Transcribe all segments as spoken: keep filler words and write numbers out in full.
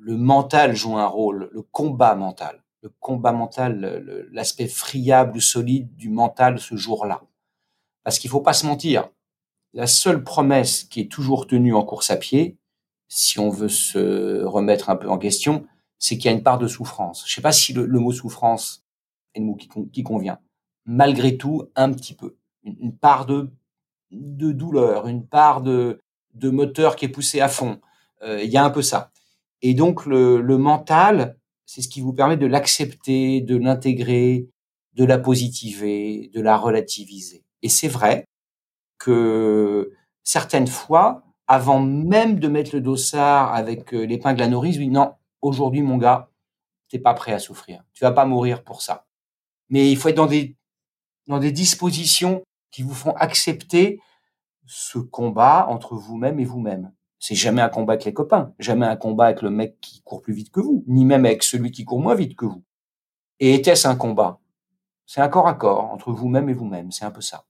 le mental joue un rôle, le combat mental. Le combat mental, le, l'aspect friable ou solide du mental ce jour-là. Parce qu'il faut pas se mentir. La seule promesse qui est toujours tenue en course à pied, si on veut se remettre un peu en question, c'est qu'il y a une part de souffrance. Je sais pas si le, le mot souffrance est le mot qui, qui convient. Malgré tout, un petit peu. Une, une part de, de douleur, une part de, de moteur qui est poussé à fond. Euh, il y a un peu ça. Et donc, le, le mental, c'est ce qui vous permet de l'accepter, de l'intégrer, de la positiver, de la relativiser. Et c'est vrai que certaines fois, avant même de mettre le dossard avec l'épingle à nourrice, oui, non, aujourd'hui, mon gars, t'es pas prêt à souffrir. Tu vas pas mourir pour ça. Mais il faut être dans des, dans des dispositions qui vous font accepter ce combat entre vous-même et vous-même. C'est jamais un combat avec les copains, jamais un combat avec le mec qui court plus vite que vous, ni même avec celui qui court moins vite que vous. Et était-ce un combat? C'est un corps à corps entre vous-même et vous-même, c'est un peu ça.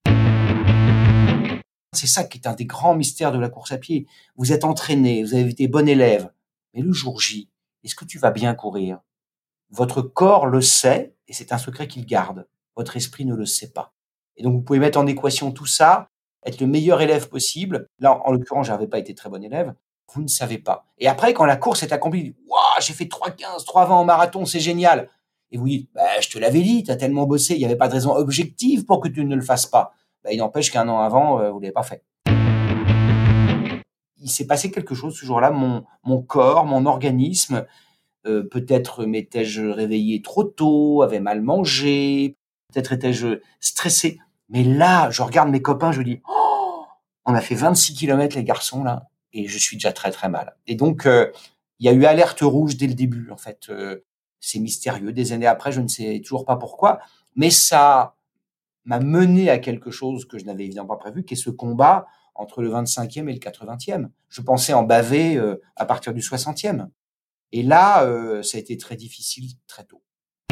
C'est ça qui est un des grands mystères de la course à pied. Vous êtes entraîné, vous avez été bon élève, mais le jour J, est-ce que tu vas bien courir? Votre corps le sait, et c'est un secret qu'il garde. Votre esprit ne le sait pas. Et donc vous pouvez mettre en équation tout ça, être le meilleur élève possible. Là, en l'occurrence, j'avais pas été très bon élève. Vous ne savez pas. Et après, quand la course est accomplie, waouh, j'ai fait trois quinze, trois vingt en marathon, c'est génial. Et vous dites, bah, je te l'avais dit, t'as tellement bossé, il n'y avait pas de raison objective pour que tu ne le fasses pas. Bah, il n'empêche qu'un an avant, euh, vous l'avez pas fait. Il s'est passé quelque chose ce jour-là. Mon, mon corps, mon organisme, euh, peut-être m'étais-je réveillé trop tôt, avait mal mangé, peut-être étais-je stressé. Mais là, je regarde mes copains, je dis, oh, on a fait vingt-six kilomètres les garçons là, et je suis déjà très très mal. Et donc, euh, il y a eu alerte rouge dès le début. En fait, euh, c'est mystérieux. Des années après, je ne sais toujours pas pourquoi, mais ça m'a mené à quelque chose que je n'avais évidemment pas prévu, qui est ce combat entre le vingt-cinquième et le quatre-vingtième. Je pensais en baver euh, à partir du soixantième. Et là, euh, ça a été très difficile très tôt.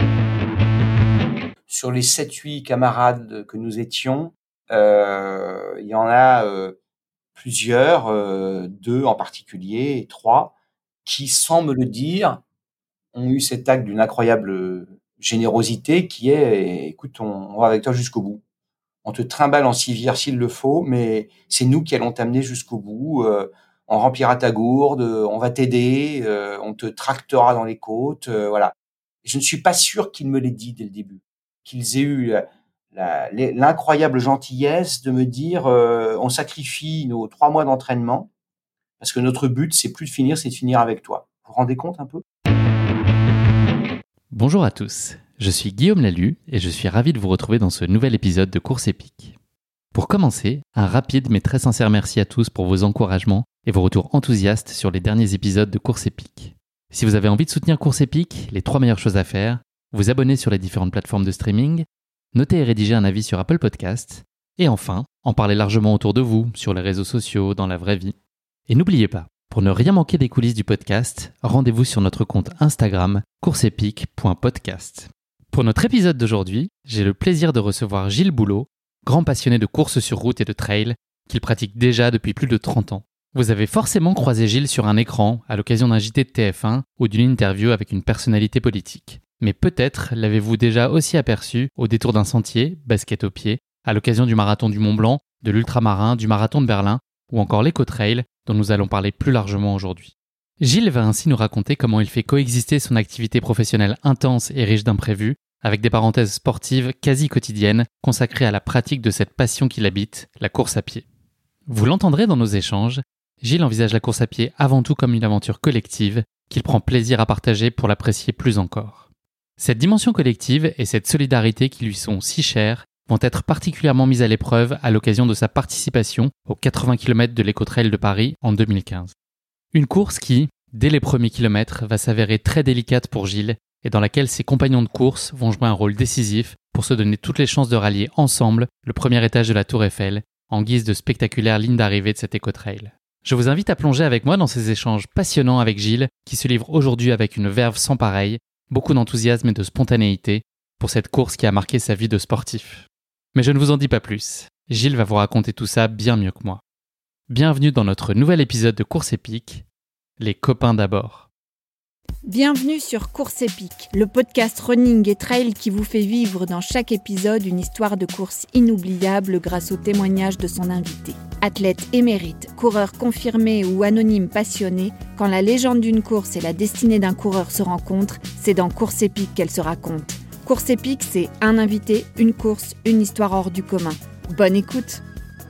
Sur les sept huit camarades que nous étions, euh, il y en a euh, plusieurs, euh, deux en particulier, et trois, qui, sans me le dire, ont eu cet acte d'une incroyable générosité qui est, écoute, on, on va avec toi jusqu'au bout. On te trimballe en civière s'il le faut, mais c'est nous qui allons t'amener jusqu'au bout. Euh, on remplira ta gourde, on va t'aider, euh, on te tractera dans les côtes, euh, voilà. Je ne suis pas sûr qu'ils me l'aient dit dès le début, qu'ils aient eu la, la, l'incroyable gentillesse de me dire euh, on sacrifie nos trois mois d'entraînement parce que notre but c'est plus de finir, c'est de finir avec toi. Vous vous rendez compte un peu ? Bonjour à tous, je suis Guillaume Lalu et je suis ravi de vous retrouver dans ce nouvel épisode de Course Épique. Pour commencer, un rapide mais très sincère merci à tous pour vos encouragements et vos retours enthousiastes sur les derniers épisodes de Course Épique. Si vous avez envie de soutenir Course Épique, les trois meilleures choses à faire, vous abonner sur les différentes plateformes de streaming, noter et rédiger un avis sur Apple Podcasts, et enfin, en parler largement autour de vous, sur les réseaux sociaux, dans la vraie vie. Et n'oubliez pas, pour ne rien manquer des coulisses du podcast, rendez-vous sur notre compte Instagram courseepique point podcast. Pour notre épisode d'aujourd'hui, j'ai le plaisir de recevoir Gilles Boulot, grand passionné de courses sur route et de trail, qu'il pratique déjà depuis plus de trente ans. Vous avez forcément croisé Gilles sur un écran à l'occasion d'un J T de T F un ou d'une interview avec une personnalité politique. Mais peut-être l'avez-vous déjà aussi aperçu au détour d'un sentier, basket au pied, à l'occasion du marathon du Mont Blanc, de l'ultramarin, du marathon de Berlin ou encore l'éco-trail dont nous allons parler plus largement aujourd'hui. Gilles va ainsi nous raconter comment il fait coexister son activité professionnelle intense et riche d'imprévus avec des parenthèses sportives quasi quotidiennes consacrées à la pratique de cette passion qui l'habite, la course à pied. Vous l'entendrez dans nos échanges, Gilles envisage la course à pied avant tout comme une aventure collective qu'il prend plaisir à partager pour l'apprécier plus encore. Cette dimension collective et cette solidarité qui lui sont si chères vont être particulièrement mises à l'épreuve à l'occasion de sa participation aux quatre-vingts kilomètres de l'Éco-Trail de Paris en deux mille quinze. Une course qui, dès les premiers kilomètres, va s'avérer très délicate pour Gilles et dans laquelle ses compagnons de course vont jouer un rôle décisif pour se donner toutes les chances de rallier ensemble le premier étage de la Tour Eiffel en guise de spectaculaire ligne d'arrivée de cet Éco-Trail. Je vous invite à plonger avec moi dans ces échanges passionnants avec Gilles qui se livre aujourd'hui avec une verve sans pareille, beaucoup d'enthousiasme et de spontanéité pour cette course qui a marqué sa vie de sportif. Mais je ne vous en dis pas plus, Gilles va vous raconter tout ça bien mieux que moi. Bienvenue dans notre nouvel épisode de Course Épique, les copains d'abord. Bienvenue sur Course épique, le podcast running et trail qui vous fait vivre dans chaque épisode une histoire de course inoubliable grâce au témoignage de son invité. Athlète émérite, coureur confirmé ou anonyme passionné, quand la légende d'une course et la destinée d'un coureur se rencontrent, c'est dans Course épique qu'elle se raconte. Course épique, c'est un invité, une course, une histoire hors du commun. Bonne écoute!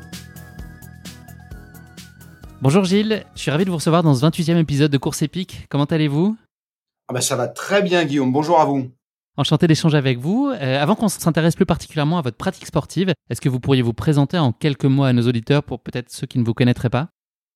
Bonjour Gilles, je suis ravi de vous recevoir dans ce vingt-huitième épisode de Course épique. Comment allez-vous ? Ah bah ça va très bien Guillaume, bonjour à vous. Enchanté d'échanger avec vous. Euh, avant qu'on s'intéresse plus particulièrement à votre pratique sportive, est-ce que vous pourriez vous présenter en quelques mots à nos auditeurs pour peut-être ceux qui ne vous connaîtraient pas ?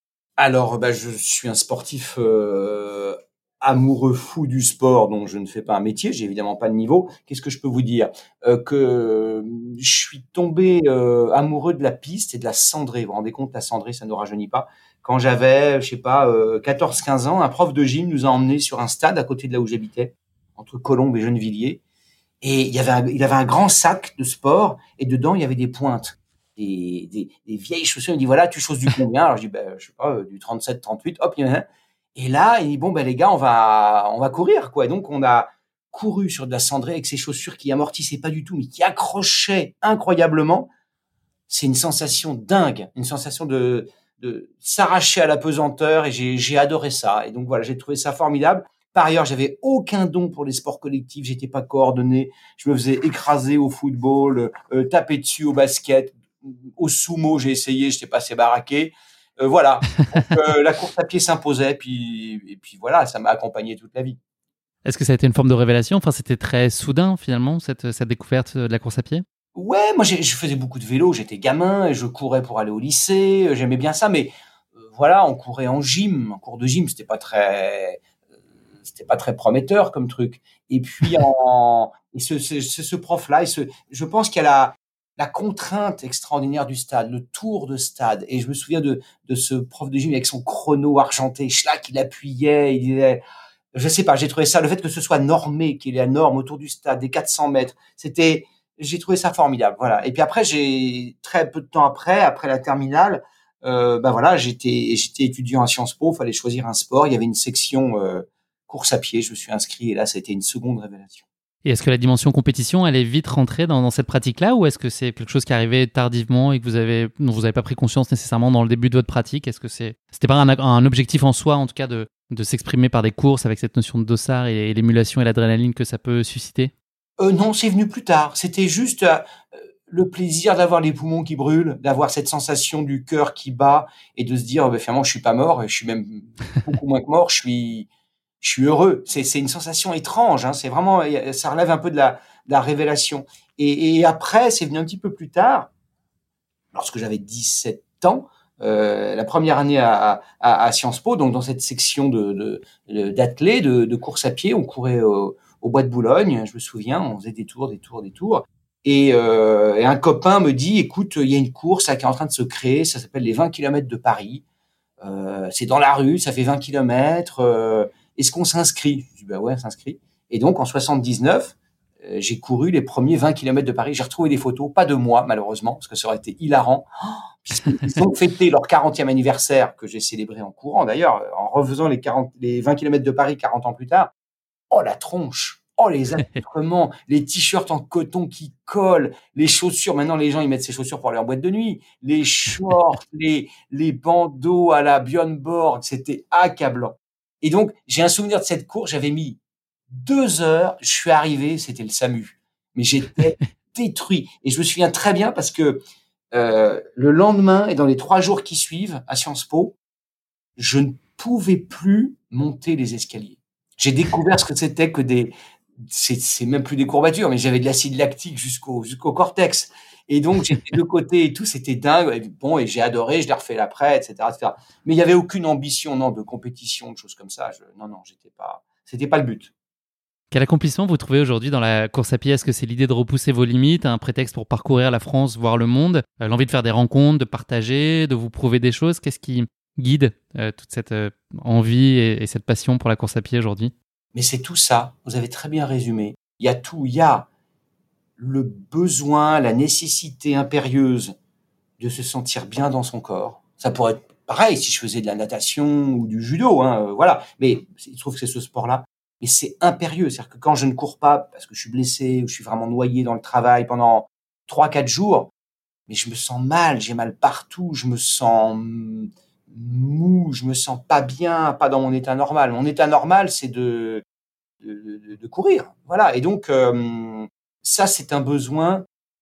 Alors bah, je suis un sportif euh, amoureux fou du sport, donc je ne fais pas un métier, j'ai évidemment pas de niveau. Qu'est-ce que je peux vous dire ? euh, Que je suis tombé euh, amoureux de la piste et de la cendrée. Vous vous rendez compte, la cendrée ça ne rajeunit pas. Quand j'avais, je sais pas, euh, quatorze quinze ans, un prof de gym nous a emmenés sur un stade à côté de là où j'habitais, entre Colombes et Gennevilliers. Et il y avait un, il avait un grand sac de sport et dedans il y avait des pointes, des, des, des vieilles chaussures. Il me dit voilà, tu chausses du combien ? Alors je dis ben je sais pas, du trente-sept, trente-huit. Hop, il y en a un. Et là il dit bon ben les gars on va on va courir quoi. Et donc on a couru sur de la cendrée avec ces chaussures qui amortissaient pas du tout mais qui accrochaient incroyablement. C'est une sensation dingue, une sensation de de s'arracher à la pesanteur et j'ai j'ai adoré ça. Et donc voilà, j'ai trouvé ça formidable. Par ailleurs, j'avais aucun don pour les sports collectifs, j'étais pas coordonné, je me faisais écraser au football, euh, taper dessus au basket, au sumo, j'ai essayé, j'étais pas assez baraqué. Euh, voilà. Donc, euh, la course à pied s'imposait, puis et puis voilà, ça m'a accompagné toute la vie. Est-ce que ça a été une forme de révélation ? Enfin, c'était très soudain finalement cette, cette découverte de la course à pied ? Ouais, moi j'ai, je faisais beaucoup de vélo, j'étais gamin, et je courais pour aller au lycée, j'aimais bien ça, mais euh, voilà, on courait en gym, en cours de gym, c'était pas très c'était pas très prometteur comme truc. Et puis en et ce, ce, ce prof-là, et ce, je pense qu'il y a la, la contrainte extraordinaire du stade, le tour de stade. Et je me souviens de, de ce prof de gym avec son chrono argenté, schlack, il appuyait, il disait, je sais pas, j'ai trouvé ça, le fait que ce soit normé, qu'il y ait la norme autour du stade, des quatre cents mètres, c'était, j'ai trouvé ça formidable, voilà. Et puis après, j'ai, très peu de temps après, après la terminale, euh, ben voilà, j'étais, j'étais étudiant à Sciences Po, fallait choisir un sport, il y avait une section, euh, course à pied, je me suis inscrit et là, ça a été une seconde révélation. Et est-ce que la dimension compétition, elle est vite rentrée dans, dans cette pratique-là ou est-ce que c'est quelque chose qui est arrivé tardivement et que vous avez, dont vous n'avez pas pris conscience nécessairement dans le début de votre pratique ? Est-ce que c'est, c'était pas un, un objectif en soi, en tout cas, de, de s'exprimer par des courses avec cette notion de dossard et, et l'émulation et l'adrénaline que ça peut susciter ? euh, Non, c'est venu plus tard. C'était juste euh, le plaisir d'avoir les poumons qui brûlent, d'avoir cette sensation du cœur qui bat et de se dire, bah, finalement, je suis pas mort, je suis même beaucoup moins que mort, je suis... je suis heureux. C'est, c'est une sensation étrange. Hein. C'est vraiment, ça relève un peu de la, de la révélation. Et, et après, c'est venu un petit peu plus tard, lorsque j'avais dix-sept ans, euh, la première année à, à, à Sciences Po, donc dans cette section de, de, de d'athlètes, de, de course à pied, on courait au, au Bois de Boulogne. Je me souviens, on faisait des tours, des tours, des tours. Et, euh, et un copain me dit, écoute, il y a une course là, qui est en train de se créer. Ça s'appelle les vingt kilomètres de Paris. Euh, c'est dans la rue, ça fait vingt kilomètres. Euh, Est-ce qu'on s'inscrit ? Je dis, bah ouais, on s'inscrit. Et donc, en soixante-dix-neuf, euh, j'ai couru les premiers vingt kilomètres de Paris. J'ai retrouvé des photos, pas de moi, malheureusement, parce que ça aurait été hilarant. Oh, puisqu'ils ont fêté leur quarantième anniversaire, que j'ai célébré en courant, d'ailleurs, en refaisant les, quarante, les vingt kilomètres de Paris quarante ans plus tard. Oh, la tronche! Oh, les accoutrements, les t-shirts en coton qui collent, les chaussures. Maintenant, les gens, ils mettent ces chaussures pour aller en boîte de nuit. Les shorts, les, les bandeaux à la Björn Borg, c'était accablant. Et donc, j'ai un souvenir de cette course. J'avais mis deux heures. Je suis arrivé, c'était le SAMU. Mais j'étais détruit. Et je me souviens très bien parce que euh, le lendemain et dans les trois jours qui suivent à Sciences Po, je ne pouvais plus monter les escaliers. J'ai découvert ce que c'était que des... C'est, c'est même plus des courbatures, mais j'avais de l'acide lactique jusqu'au, jusqu'au cortex. Et donc, j'étais de côté et tout, c'était dingue. Et bon, et j'ai adoré, je l'ai refait l'après, et cetera, et cetera. Mais il y avait aucune ambition, non, de compétition, de choses comme ça. Je, non, non, j'étais pas, c'était pas le but. Quel accomplissement vous trouvez aujourd'hui dans la course à pied ? Est-ce que c'est l'idée de repousser vos limites, un prétexte pour parcourir la France, voir le monde, euh, l'envie de faire des rencontres, de partager, de vous prouver des choses ? Qu'est-ce qui guide euh, toute cette euh, envie et, et cette passion pour la course à pied aujourd'hui ? Mais c'est tout ça, vous avez très bien résumé. Il y a tout, il y a le besoin, la nécessité impérieuse de se sentir bien dans son corps. Ça pourrait être pareil si je faisais de la natation ou du judo, hein, euh, voilà. Mais il se trouve que c'est ce sport-là. mais c'est impérieux. C'est-à-dire que quand je ne cours pas parce que je suis blessé ou je suis vraiment noyé dans le travail pendant trois, quatre jours, mais je me sens mal, j'ai mal partout, je me sens mou, je me sens pas bien, pas dans mon état normal. Mon état normal, c'est de de, de, de courir, voilà. Et donc euh, ça, c'est un besoin,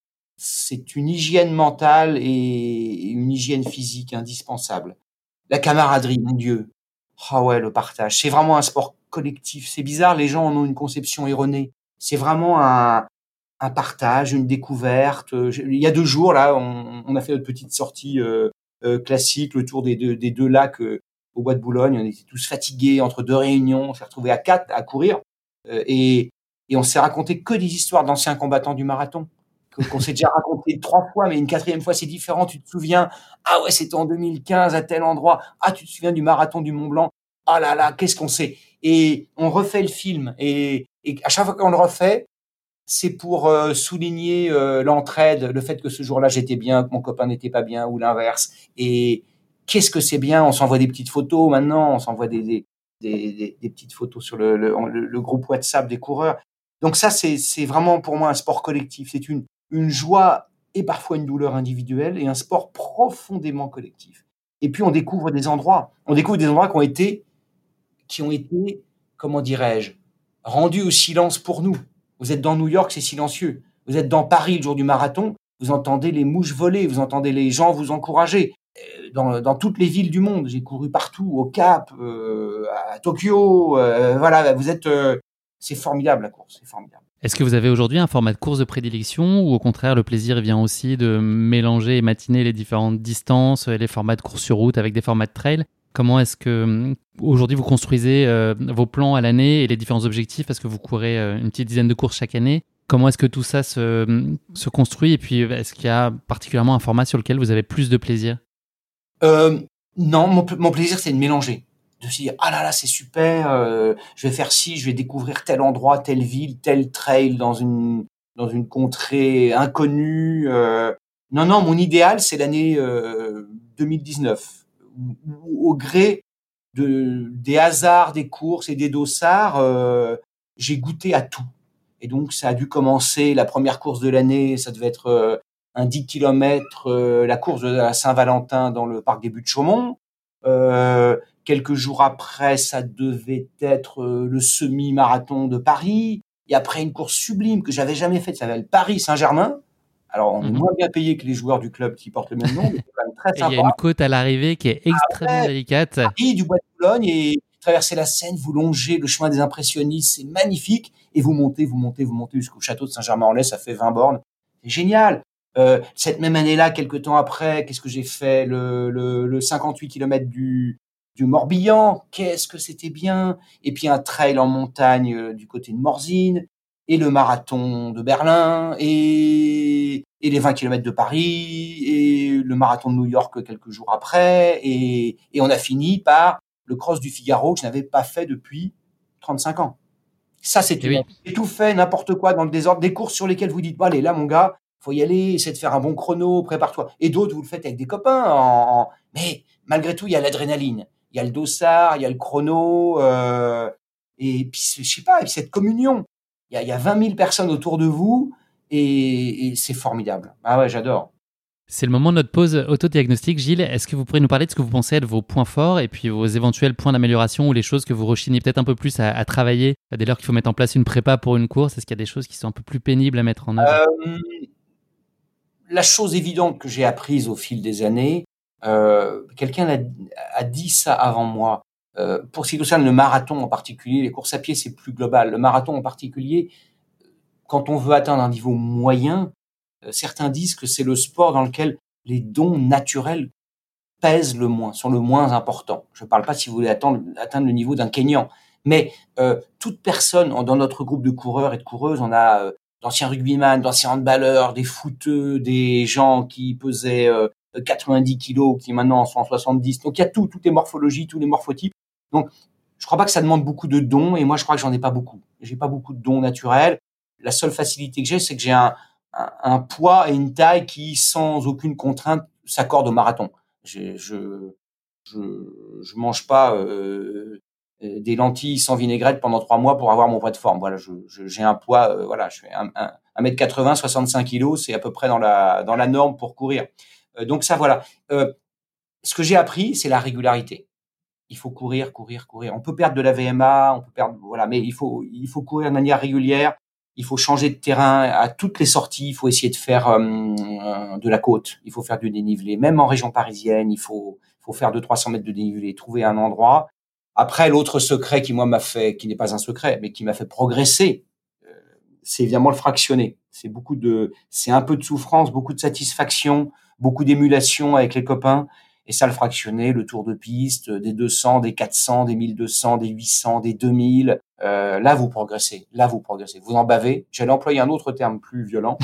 c'est une hygiène mentale et une hygiène physique indispensable. La camaraderie, mon Dieu, ah ouais, le partage. C'est vraiment un sport collectif. C'est bizarre, les gens en ont une conception erronée. C'est vraiment un un partage, une découverte. Il y a deux jours, là, on, on a fait notre petite sortie euh, euh, classique, le tour des deux, des deux lacs euh, au bois de Boulogne. On était tous fatigués entre deux réunions. On s'est retrouvés à quatre à courir euh, et, et on s'est raconté que des histoires d'anciens combattants du marathon que, qu'on s'est déjà raconté trois fois, mais une quatrième fois c'est différent. Tu te souviens? Ah ouais, c'était en deux mille quinze à tel endroit. Ah, tu te souviens du marathon du Mont Blanc? Ah là là, qu'est-ce qu'on sait? Et on refait le film et, et à chaque fois qu'on le refait, c'est pour euh, souligner euh, l'entraide, le fait que ce jour-là j'étais bien, que mon copain n'était pas bien, ou l'inverse. Et qu'est-ce que c'est bien, on s'envoie des petites photos maintenant, on s'envoie des, des, des, des, des petites photos sur le, le, le, le groupe WhatsApp des coureurs. Donc ça, c'est, c'est vraiment pour moi un sport collectif. C'est une, une joie et parfois une douleur individuelle et un sport profondément collectif. Et puis on découvre des endroits, on découvre des endroits qui ont été, qui ont été, comment dirais-je, rendus au silence pour nous. Vous êtes dans New York, c'est silencieux. Vous êtes dans Paris le jour du marathon, vous entendez les mouches voler, vous entendez les gens vous encourager. Dans, dans toutes les villes du monde, j'ai couru partout, au Cap, euh, à Tokyo. Euh, voilà, vous êtes, euh, c'est formidable la course, c'est formidable. Est-ce que vous avez aujourd'hui un format de course de prédilection ou au contraire le plaisir vient aussi de mélanger et matiner les différentes distances et les formats de course sur route avec des formats de trail? Comment est-ce que aujourd'hui vous construisez euh, vos plans à l'année et les différents objectifs parce que vous courez euh, une petite dizaine de courses chaque année? Comment est-ce que tout ça se, se construit? Et puis, est-ce qu'il y a particulièrement un format sur lequel vous avez plus de plaisir? euh, Non, mon, mon plaisir, c'est de mélanger. De se dire, ah là là, c'est super, euh, je vais faire ci, je vais découvrir tel endroit, telle ville, tel trail dans une, dans une contrée inconnue. Euh. Non, non, mon idéal, c'est l'année euh, deux mille dix-neuf. Au gré de, des hasards, des courses et des dossards, euh, j'ai goûté à tout. Et donc, ça a dû commencer, la première course de l'année, ça devait être euh, un dix kilomètres, euh, la course de la Saint-Valentin dans le parc des Buttes-Chaumont. Euh, quelques jours après, ça devait être euh, le semi-marathon de Paris. Et après, une course sublime que j'avais jamais faite, ça s'appelle Paris-Saint-Germain. Alors, on est moins bien payé que les joueurs du club qui portent le même nom, mais c'est quand même très sympa. Et il y a une côte à l'arrivée qui est extrêmement ah ouais, délicate. Paris, du bois de Boulogne, et traverser la Seine, vous longez le chemin des impressionnistes, c'est magnifique. Et vous montez, vous montez, vous montez jusqu'au château de Saint-Germain-en-Laye, ça fait vingt bornes. C'est génial. Euh, cette même année-là, quelques temps après, qu'est-ce que j'ai fait? Le, le, le cinquante-huit kilomètres du, du Morbihan. Qu'est-ce que c'était bien. Et puis un trail en montagne euh, du côté de Morzine. Et le marathon de Berlin, et, et les vingt kilomètres de Paris, et le marathon de New York quelques jours après, et, et on a fini par le cross du Figaro que je n'avais pas fait depuis trente-cinq ans. Ça, c'est tout. Oui. J'ai tout fait, n'importe quoi, dans le désordre, des courses sur lesquelles vous dites, bon, allez, là, mon gars, faut y aller, essaie de faire un bon chrono, prépare-toi. Et d'autres, vous le faites avec des copains, en, en... mais malgré tout, il y a l'adrénaline, il y a le dossard, il y a le chrono, euh, et puis, je sais pas, et puis cette communion. Il y a, il y a vingt mille personnes autour de vous et, et c'est formidable. Ah ouais, j'adore. C'est le moment de notre pause autodiagnostic. Gilles, est-ce que vous pourriez nous parler de ce que vous pensez être vos points forts et puis vos éventuels points d'amélioration ou les choses que vous rechignez peut-être un peu plus à, à travailler dès lors qu'il faut mettre en place une prépa pour une course? Est-ce qu'il y a des choses qui sont un peu plus pénibles à mettre en œuvre? euh, La chose évidente que j'ai apprise au fil des années, euh, quelqu'un a, a dit ça avant moi. Euh, pour ce qui concerne le marathon en particulier, les courses à pied, c'est plus global. Le marathon en particulier, quand on veut atteindre un niveau moyen, euh, certains disent que c'est le sport dans lequel les dons naturels pèsent le moins, sont le moins importants. Je ne parle pas si vous voulez atteindre, atteindre le niveau d'un Kényan, mais euh, toute personne, dans notre groupe de coureurs et de coureuses, on a euh, d'anciens rugbyman, d'anciens handballeurs, des footeux, des gens qui pesaient euh, quatre-vingt-dix kilos, qui maintenant en sont soixante-dix. Donc il y a tout, toutes les morphologies, tous les morphotypes. Donc je crois pas que ça demande beaucoup de dons, et moi je crois que j'en ai pas beaucoup. J'ai pas beaucoup de dons naturels. La seule facilité que j'ai, c'est que j'ai un, un, un poids et une taille qui, sans aucune contrainte, s'accordent au marathon. Je, je, je, je mange pas euh, euh, des lentilles sans vinaigrette pendant trois mois pour avoir mon poids de forme. Voilà, je, je, j'ai un poids, euh, voilà, je fais un, un, un mètre quatre-vingts, soixante-cinq kilos, c'est à peu près dans la, dans la norme pour courir. Euh, donc ça, voilà. Euh, ce que j'ai appris, c'est la régularité. Il faut courir, courir, courir. On peut perdre de la V M A, on peut perdre, voilà, mais il faut, il faut courir de manière régulière. Il faut changer de terrain à toutes les sorties. Il faut essayer de faire euh, de la côte. Il faut faire du dénivelé. Même en région parisienne, il faut, faut faire deux, trois cents mètres de dénivelé. Trouver un endroit. Après, l'autre secret qui moi m'a fait, qui n'est pas un secret, mais qui m'a fait progresser, euh, c'est évidemment le fractionné. C'est beaucoup de, c'est un peu de souffrance, beaucoup de satisfaction, beaucoup d'émulation avec les copains. Et ça, le fractionné, le tour de piste, des deux cents, des quatre cents, des mille deux cents, des huit cents, des deux mille. Euh, là, vous progressez. Là, vous progressez. Vous en bavez. J'allais employer un autre terme plus violent.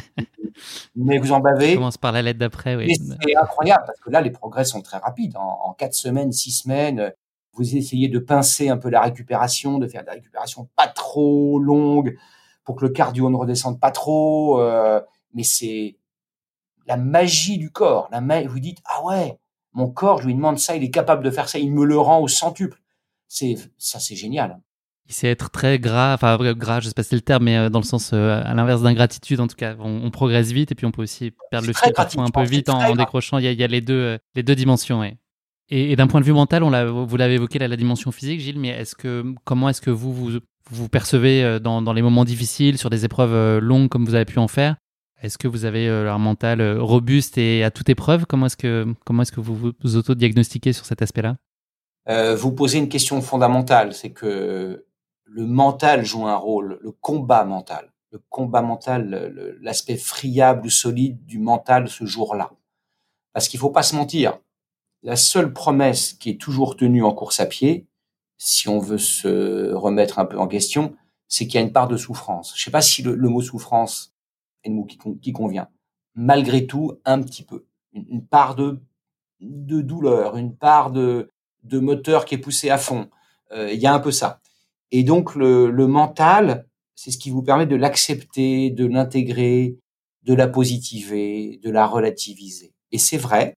Mais vous en bavez. Je commence par la lettre d'après, oui. Et c'est incroyable parce que là, les progrès sont très rapides. En, en quatre semaines, six semaines, vous essayez de pincer un peu la récupération, de faire des récupérations pas trop longues pour que le cardio ne redescende pas trop. Euh, mais c'est la magie du corps. La ma... Vous dites, ah ouais, mon corps, je lui demande ça, il est capable de faire ça, il me le rend au centuple. C'est, ça, c'est génial. Il sait être très gras, enfin gras, je sais pas si c'est le terme, mais dans le sens euh, à l'inverse d'ingratitude, en tout cas, on, on progresse vite et puis on peut aussi perdre le fil parfois un peu vite en, en décrochant. Il y a, il y a les deux, euh, les deux dimensions. Ouais. Et, et d'un point de vue mental, on l'a, vous l'avez évoqué là, la dimension physique, Gilles, mais est-ce que comment est-ce que vous vous, vous percevez dans, dans les moments difficiles, sur des épreuves longues comme vous avez pu en faire? Est-ce que vous avez euh, un mental euh, robuste et à toute épreuve? Comment est-ce que comment est-ce que vous vous auto-diagnostiquez sur cet aspect-là? euh, Vous posez une question fondamentale, c'est que le mental joue un rôle, le combat mental, le combat mental, le, l'aspect friable ou solide du mental ce jour-là. Parce qu'il faut pas se mentir, la seule promesse qui est toujours tenue en course à pied, si on veut se remettre un peu en question, c'est qu'il y a une part de souffrance. Je sais pas si le, le mot souffrance est le mot qui, qui convient. Malgré tout, un petit peu. Une, une part de, de douleur, une part de, de moteur qui est poussé à fond. Euh, il y a un peu ça. Et donc, le, le mental, c'est ce qui vous permet de l'accepter, de l'intégrer, de la positiver, de la relativiser. Et c'est vrai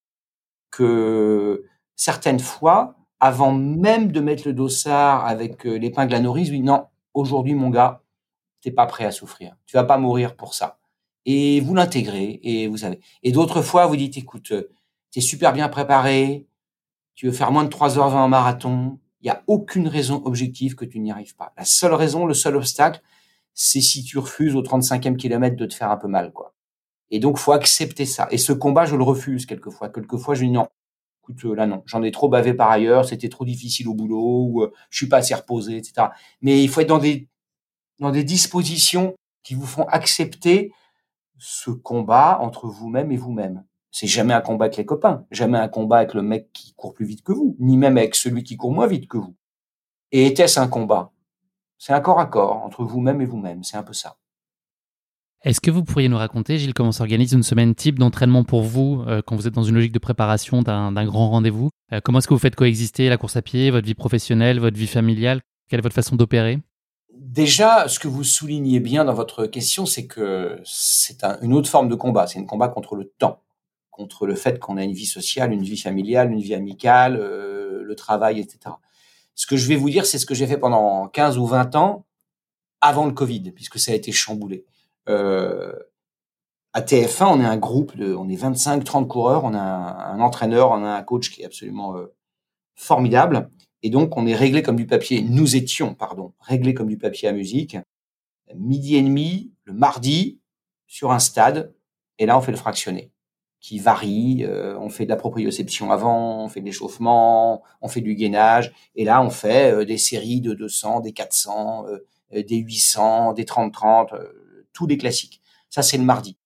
que certaines fois, avant même de mettre le dossard avec l'épingle à nourrice, oui, non, aujourd'hui, mon gars, t'es pas prêt à souffrir. Tu vas pas mourir pour ça. Et vous l'intégrez, et vous savez. Et d'autres fois, vous dites, écoute, t'es super bien préparé, tu veux faire moins de trois heures vingt en marathon, il y a aucune raison objective que tu n'y arrives pas. La seule raison, le seul obstacle, c'est si tu refuses au trente-cinquième kilomètre de te faire un peu mal, quoi. Et donc, faut accepter ça. Et ce combat, je le refuse quelquefois. Quelquefois, je dis non. Écoute, là, non. J'en ai trop bavé par ailleurs. C'était trop difficile au boulot, ou euh, je suis pas assez reposé, et cetera. Mais il faut être dans des, dans des dispositions qui vous font accepter ce combat entre vous-même et vous-même. C'est jamais un combat avec les copains. Jamais un combat avec le mec qui court plus vite que vous. Ni même avec celui qui court moins vite que vous. Et était-ce un combat? C'est un corps à corps entre vous-même et vous-même. C'est un peu ça. Est-ce que vous pourriez nous raconter, Gilles, comment s'organise une semaine type d'entraînement pour vous euh, quand vous êtes dans une logique de préparation d'un, d'un grand rendez-vous? euh, Comment est-ce que vous faites coexister la course à pied, votre vie professionnelle, votre vie familiale? Quelle est votre façon d'opérer? Déjà, ce que vous soulignez bien dans votre question, c'est que c'est un, une autre forme de combat. C'est un combat contre le temps, contre le fait qu'on a une vie sociale, une vie familiale, une vie amicale, euh, le travail, et cetera. Ce que je vais vous dire, c'est ce que j'ai fait pendant quinze ou vingt ans avant le Covid, puisque ça a été chamboulé. Euh, à T F un, on est un groupe de, on est vingt-cinq, trente coureurs, on a un, un entraîneur, on a un coach qui est absolument euh, formidable. Et donc, on est réglé comme du papier. Nous étions, pardon, réglés comme du papier à musique. Midi et demi, le mardi, sur un stade. Et là, on fait le fractionné, qui varie. Euh, on fait de la proprioception avant, on fait de l'échauffement, on fait du gainage. Et là, on fait euh, des séries de deux cents, des quatre cents, euh, des huit cents, des trente trente, euh, tous les classiques. Ça, c'est le mardi.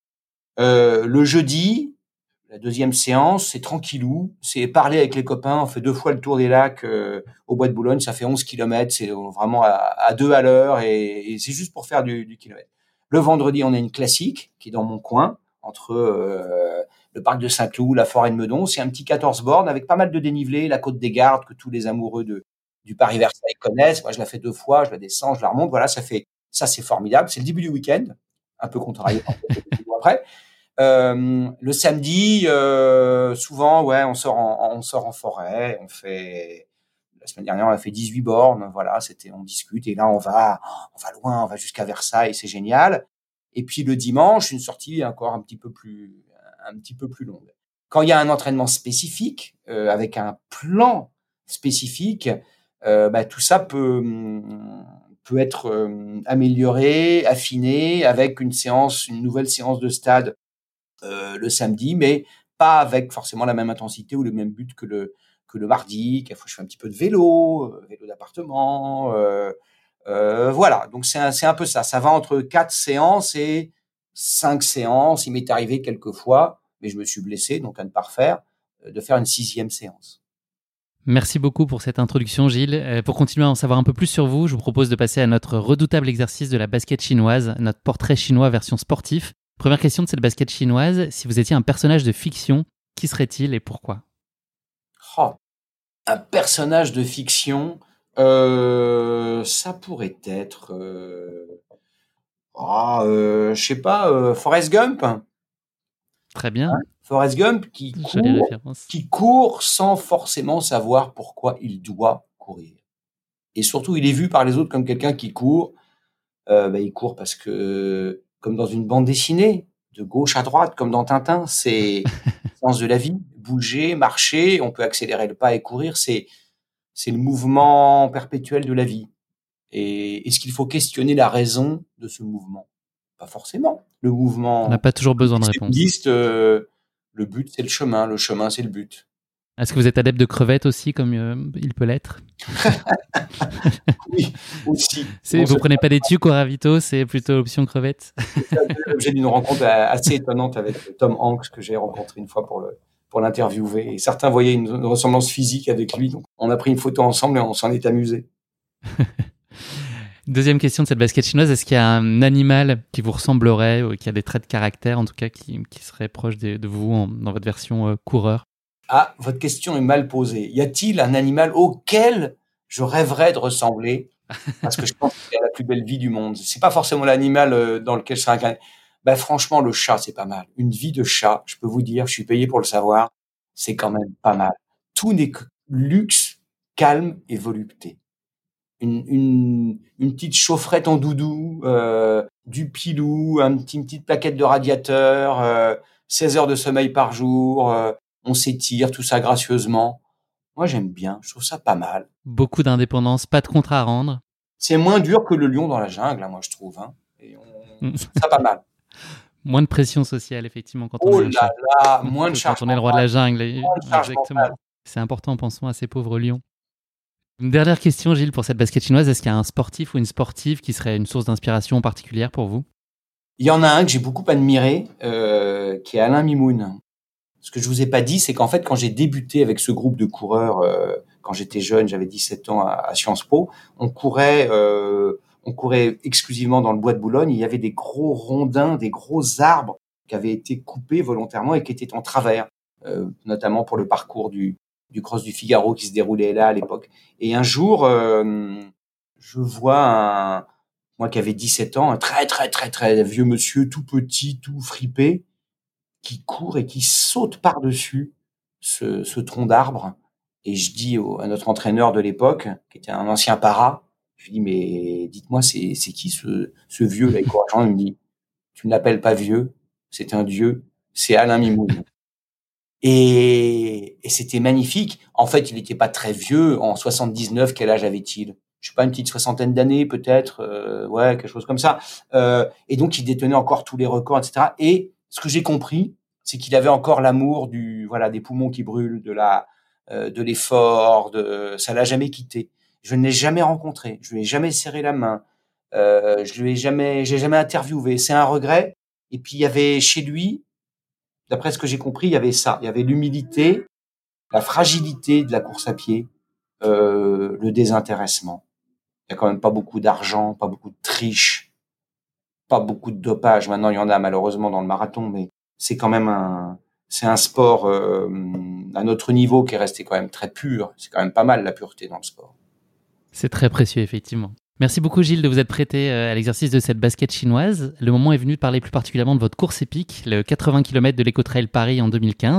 Euh, le jeudi, la deuxième séance, c'est tranquillou, c'est parler avec les copains, on fait deux fois le tour des lacs euh, au Bois de Boulogne, ça fait onze kilomètres, c'est vraiment à, à deux à l'heure et, et c'est juste pour faire du, du kilomètre. Le vendredi, on a une classique qui est dans mon coin, entre euh, le parc de Saint-Cloud, la forêt de Meudon, c'est un petit quatorze bornes avec pas mal de dénivelé, la côte des Gardes que tous les amoureux de, du Paris-Versailles connaissent. Moi, je la fais deux fois, je la descends, je la remonte, voilà, ça fait, ça c'est formidable, c'est le début du week-end, un peu contrarié après. Euh, le samedi, euh, souvent, ouais, on sort en, on sort en forêt, on fait la semaine dernière, on a fait dix-huit bornes. Voilà, c'était, on discute. Et là, on va, on va loin, on va jusqu'à Versailles. C'est génial. Et puis le dimanche, une sortie encore un petit peu plus, un petit peu plus longue. Quand il y a un entraînement spécifique, euh, avec un plan spécifique, euh, bah, tout ça peut, peut être euh, amélioré, affiné avec une séance, une nouvelle séance de stade euh, le samedi, mais pas avec forcément la même intensité ou le même but que le que le mardi. Qu'il faut que je fais un petit peu de vélo, euh, vélo d'appartement. Euh, euh, voilà, donc c'est un, c'est un peu ça. Ça va entre quatre séances et cinq séances. Il m'est arrivé quelques fois, mais je me suis blessé, donc à ne pas refaire, de faire une sixième séance. Merci beaucoup pour cette introduction, Gilles. Euh, pour continuer à en savoir un peu plus sur vous, je vous propose de passer à notre redoutable exercice de la basket chinoise, notre portrait chinois version sportif. Première question de cette basket chinoise, si vous étiez un personnage de fiction, qui serait-il et pourquoi ? Oh, un personnage de fiction, euh, ça pourrait être, euh, oh, euh, je sais pas, euh, Forrest Gump. Très bien. Hein, Forrest Gump qui court, qui court sans forcément savoir pourquoi il doit courir. Et surtout, il est vu par les autres comme quelqu'un qui court. Euh, bah, il court parce que, comme dans une bande dessinée, de gauche à droite, comme dans Tintin, c'est le sens de la vie. Bouger, marcher, on peut accélérer le pas et courir, c'est, c'est le mouvement perpétuel de la vie. Et est-ce qu'il faut questionner la raison de ce mouvement ? Pas forcément. Le mouvement... On n'a pas toujours besoin de réponse. Euh, le but, c'est le chemin. Le chemin, c'est le but. Est-ce que vous êtes adepte de crevettes aussi, comme euh, il peut l'être ? Oui, aussi. C'est, vous ne prenez pas des tucs au ravito, c'est plutôt l'option crevette. C'est l'objet d'une rencontre assez étonnante avec Tom Hanks que j'ai rencontré une fois pour, le, pour l'interviewer. Et certains voyaient une, une ressemblance physique avec lui. Donc on a pris une photo ensemble et on s'en est amusé. Deuxième question de cette basket chinoise, est-ce qu'il y a un animal qui vous ressemblerait ou qui a des traits de caractère, en tout cas, qui, qui serait proche de, de vous en, dans votre version euh, coureur ? Ah, votre question est mal posée. Y a-t-il un animal auquel je rêverais de ressembler ? Parce que je pense qu'il y a la plus belle vie du monde. C'est pas forcément l'animal dans lequel je serais incarné. Ben, franchement, le chat, c'est pas mal. Une vie de chat, je peux vous dire, je suis payé pour le savoir, c'est quand même pas mal. Tout n'est que luxe, calme et volupté. Une, une, une petite chaufferette en doudou, euh, du pilou, un petit, une petite plaquette de radiateur, euh, seize heures de sommeil par jour, euh, on s'étire, tout ça gracieusement. Moi, j'aime bien, je trouve ça pas mal. Beaucoup d'indépendance, pas de compte à rendre. C'est moins dur que le lion dans la jungle, hein, moi, je trouve. Hein. Et on... je trouve ça pas mal. Moins de pression sociale, effectivement, quand oh on est un là chat. là, moins de charge Quand on est le roi de la jungle. Exactement. Mentale. C'est important, pensons à ces pauvres lions. Une dernière question, Gilles, pour cette basket chinoise. Est-ce qu'il y a un sportif ou une sportive qui serait une source d'inspiration particulière pour vous ? Il y en a un que j'ai beaucoup admiré, euh, qui est Alain Mimoun. Ce que je vous ai pas dit, c'est qu'en fait, quand j'ai débuté avec ce groupe de coureurs, euh, quand j'étais jeune, j'avais dix-sept ans à, à Sciences Po, on courait, euh, on courait exclusivement dans le bois de Boulogne. Il y avait des gros rondins, des gros arbres qui avaient été coupés volontairement et qui étaient en travers, euh, notamment pour le parcours du, du Cross du Figaro qui se déroulait là à l'époque. Et un jour, euh, je vois un, moi qui avais dix-sept ans, un très très très très vieux monsieur, tout petit, tout fripé, qui court et qui saute par-dessus ce, ce tronc d'arbre. Et je dis au, à notre entraîneur de l'époque, qui était un ancien para, je lui dis, mais dites-moi, c'est, c'est qui ce, ce vieux-là ? Il me dit, tu ne l'appelles pas vieux, c'est un dieu, c'est Alain Mimoun. Et, et c'était magnifique. En fait, il n'était pas très vieux. En soixante-dix-neuf, quel âge avait-il ? Je sais pas, une petite soixantaine d'années peut-être, euh, ouais, quelque chose comme ça. Euh, et donc, il détenait encore tous les records, et cetera. Et ce que j'ai compris, c'est qu'il avait encore l'amour du, voilà, des poumons qui brûlent, de la, euh, de l'effort, de, ça l'a jamais quitté. Je ne l'ai jamais rencontré, je lui ai jamais serré la main, euh, je lui ai jamais, j'ai jamais interviewé. C'est un regret. Et puis il y avait chez lui, d'après ce que j'ai compris, il y avait ça, il y avait l'humilité, la fragilité de la course à pied, euh, le désintéressement. Il y a quand même pas beaucoup d'argent, pas beaucoup de triche, pas beaucoup de dopage. Maintenant, il y en a malheureusement dans le marathon, mais c'est quand même un, c'est un sport euh, à notre niveau qui est resté quand même très pur. C'est quand même pas mal la pureté dans le sport. C'est très précieux, effectivement. Merci beaucoup, Gilles, de vous être prêté à l'exercice de cette basket chinoise. Le moment est venu de parler plus particulièrement de votre course épique, le quatre-vingts kilomètres de l'Ecotrail Paris en deux mille quinze.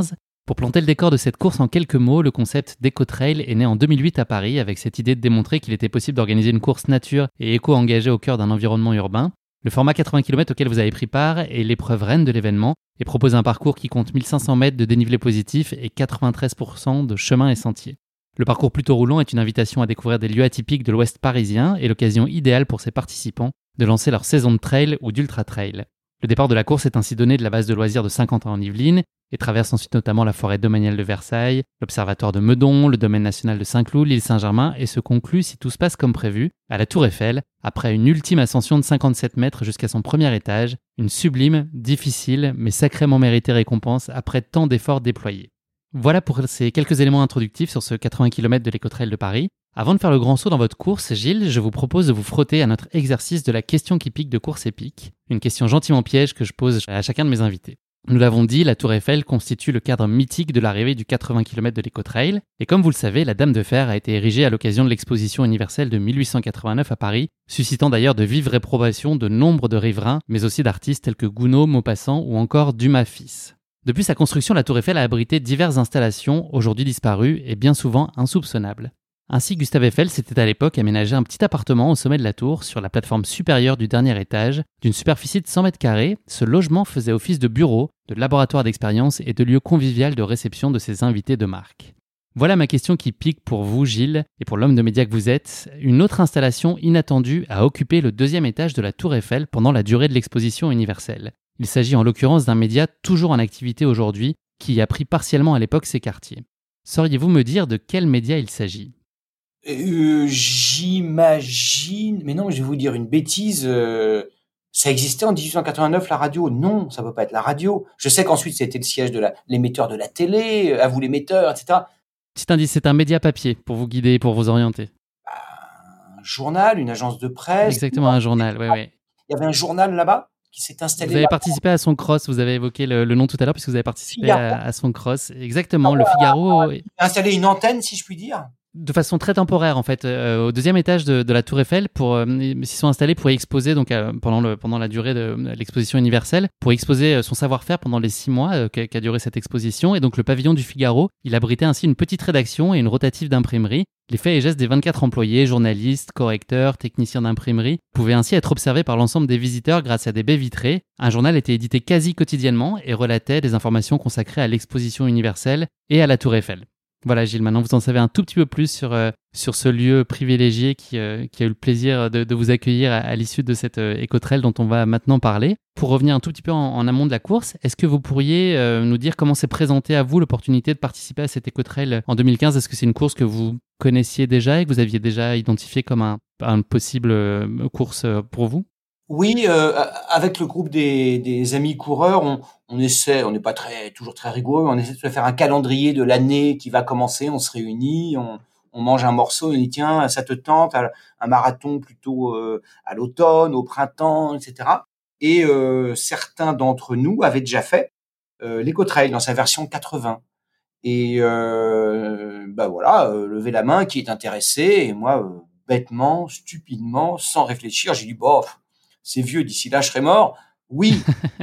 Pour planter le décor de cette course en quelques mots, le concept d'EcoTrail est né en deux mille huit à Paris avec cette idée de démontrer qu'il était possible d'organiser une course nature et éco-engagée au cœur d'un environnement urbain. Le format quatre-vingts kilomètres auquel vous avez pris part est l'épreuve reine de l'événement et propose un parcours qui compte mille cinq cents mètres de dénivelé positif et quatre-vingt-treize pour cent de chemins et sentiers. Le parcours plutôt roulant est une invitation à découvrir des lieux atypiques de l'ouest parisien et l'occasion idéale pour ses participants de lancer leur saison de trail ou d'ultra-trail. Le départ de la course est ainsi donné de la base de loisirs de Saint-Quentin en Yvelines et traverse ensuite notamment la forêt domaniale de Versailles, l'observatoire de Meudon, le domaine national de Saint-Cloud, l'île Saint-Germain et se conclut, si tout se passe comme prévu, à la Tour Eiffel, après une ultime ascension de cinquante-sept mètres jusqu'à son premier étage, une sublime, difficile, mais sacrément méritée récompense après tant d'efforts déployés. Voilà pour ces quelques éléments introductifs sur ce quatre-vingts kilomètres de l'EcoTrail de Paris. Avant de faire le grand saut dans votre course, Gilles, je vous propose de vous frotter à notre exercice de la question qui pique de course épique, une question gentiment piège que je pose à chacun de mes invités. Nous l'avons dit, la Tour Eiffel constitue le cadre mythique de l'arrivée du quatre-vingts kilomètres de l'EcoTrail, et comme vous le savez, la Dame de Fer a été érigée à l'occasion de l'exposition universelle de mille huit cent quatre-vingt-neuf à Paris, suscitant d'ailleurs de vives réprobations de nombre de riverains, mais aussi d'artistes tels que Gounod, Maupassant ou encore Dumas fils. Depuis sa construction, la Tour Eiffel a abrité diverses installations, aujourd'hui disparues et bien souvent insoupçonnables. Ainsi, Gustave Eiffel s'était à l'époque aménagé un petit appartement au sommet de la tour, sur la plateforme supérieure du dernier étage. D'une superficie de cent mètres carrés, ce logement faisait office de bureau, de laboratoire d'expérience et de lieu convivial de réception de ses invités de marque. Voilà ma question qui pique pour vous, Gilles, et pour l'homme de médias que vous êtes. Une autre installation inattendue a occupé le deuxième étage de la Tour Eiffel pendant la durée de l'exposition universelle. Il s'agit en l'occurrence d'un média toujours en activité aujourd'hui, qui a pris partiellement à l'époque ses quartiers. Sauriez-vous me dire de quel média il s'agit ? Euh, j'imagine, mais non, je vais vous dire une bêtise. Euh, ça existait en dix-huit cent quatre-vingt-neuf, la radio. Non, ça peut pas être la radio. Je sais qu'ensuite, c'était le siège de la, l'émetteur de la télé, à vous l'émetteur, et cetera. Petit indice, c'est un média papier pour vous guider et pour vous orienter. Un journal, une agence de presse. Exactement, un journal, oui, oui. Il y avait un journal là-bas qui s'est installé. Vous avez là-bas. participé à son cross, vous avez évoqué le, le nom tout à l'heure, puisque vous avez participé à, à son cross. Exactement, le Figaro. Il a installé une antenne, si je puis dire. De façon très temporaire en fait, euh, au deuxième étage de, de la Tour Eiffel, pour euh, s'y sont installés pour y exposer donc euh, pendant le pendant la durée de l'exposition universelle, pour exposer euh, son savoir-faire pendant les six mois euh, qu'a, qu'a duré cette exposition. Et donc le pavillon du Figaro, il abritait ainsi une petite rédaction et une rotative d'imprimerie. Les faits et gestes des vingt-quatre employés, journalistes, correcteurs, techniciens d'imprimerie, pouvaient ainsi être observés par l'ensemble des visiteurs grâce à des baies vitrées. Un journal était édité quasi quotidiennement et relatait des informations consacrées à l'exposition universelle et à la Tour Eiffel. Voilà Gilles, maintenant vous en savez un tout petit peu plus sur, euh, sur ce lieu privilégié qui, euh, qui a eu le plaisir de, de vous accueillir à, à l'issue de cette euh, EcoTrail dont on va maintenant parler. Pour revenir un tout petit peu en, en amont de la course, est-ce que vous pourriez euh, nous dire comment s'est présentée à vous l'opportunité de participer à cette EcoTrail en deux mille quinze ? Est-ce que c'est une course que vous connaissiez déjà et que vous aviez déjà identifié comme un, un possible euh, course pour vous ? Oui, euh, avec le groupe des, des amis coureurs, on, on essaie, on n'est pas très toujours très rigoureux, on essaie de se faire un calendrier de l'année qui va commencer. On se réunit, on, on mange un morceau, on dit tiens, ça te tente, un marathon plutôt euh, à l'automne, au printemps, et cetera. Et euh, certains d'entre nous avaient déjà fait euh, l'EcoTrail dans sa version quatre-vingts. Et euh, bah voilà, euh, lever la main qui est intéressé. Et moi, euh, bêtement, stupidement, sans réfléchir, j'ai dit bof. C'est vieux, d'ici là, je serai mort. Oui.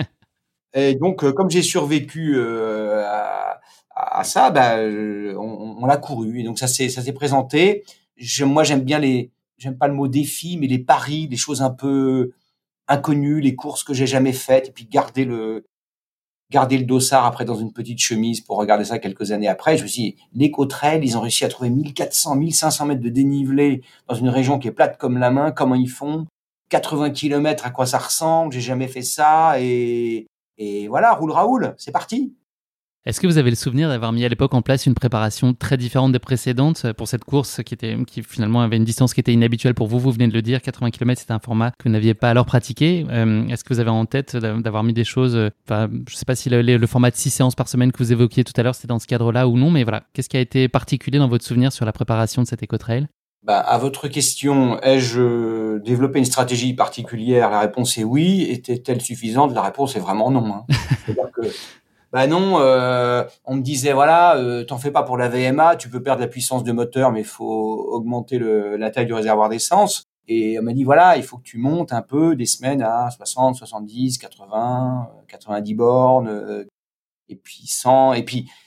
Et donc, euh, comme j'ai survécu euh, à, à ça, bah, euh, on, on l'a couru. Et donc, ça s'est, ça s'est présenté. Je, moi, j'aime bien les, j'aime pas le mot défi, mais les paris, les choses un peu inconnues, les courses que j'ai jamais faites, et puis garder le, garder le dossard après dans une petite chemise pour regarder ça quelques années après. Je me suis dit, l'EcoTrail, ils ont réussi à trouver mille quatre cents, mille cinq cents mètres de dénivelé dans une région qui est plate comme la main. Comment ils font? quatre-vingts kilomètres, à quoi ça ressemble? J'ai jamais fait ça. Et, et voilà, roule Raoul, c'est parti. Est-ce que vous avez le souvenir d'avoir mis à l'époque en place une préparation très différente des précédentes pour cette course qui, était, qui finalement avait une distance qui était inhabituelle pour vous? Vous venez de le dire, quatre-vingts kilomètres, c'était un format que vous n'aviez pas alors pratiqué. Euh, est-ce que vous avez en tête d'avoir mis des choses, enfin, je ne sais pas si le, le format de six séances par semaine que vous évoquiez tout à l'heure, c'était dans ce cadre-là ou non, mais voilà, qu'est-ce qui a été particulier dans votre souvenir sur la préparation de cette EcoTrail? Bah, à votre question, ai-je développé une stratégie particulière? La réponse est oui. Était-elle suffisante? La réponse est vraiment non. Hein. C'est-à-dire que, bah non, euh, on me disait, voilà, euh, t'en fais pas pour la V M A, tu peux perdre la puissance de moteur, mais il faut augmenter le, la taille du réservoir d'essence. Et on m'a dit, voilà, il faut que tu montes un peu des semaines à soixante, soixante-dix, quatre-vingts, quatre-vingt-dix bornes, euh, et puis cent, et puis,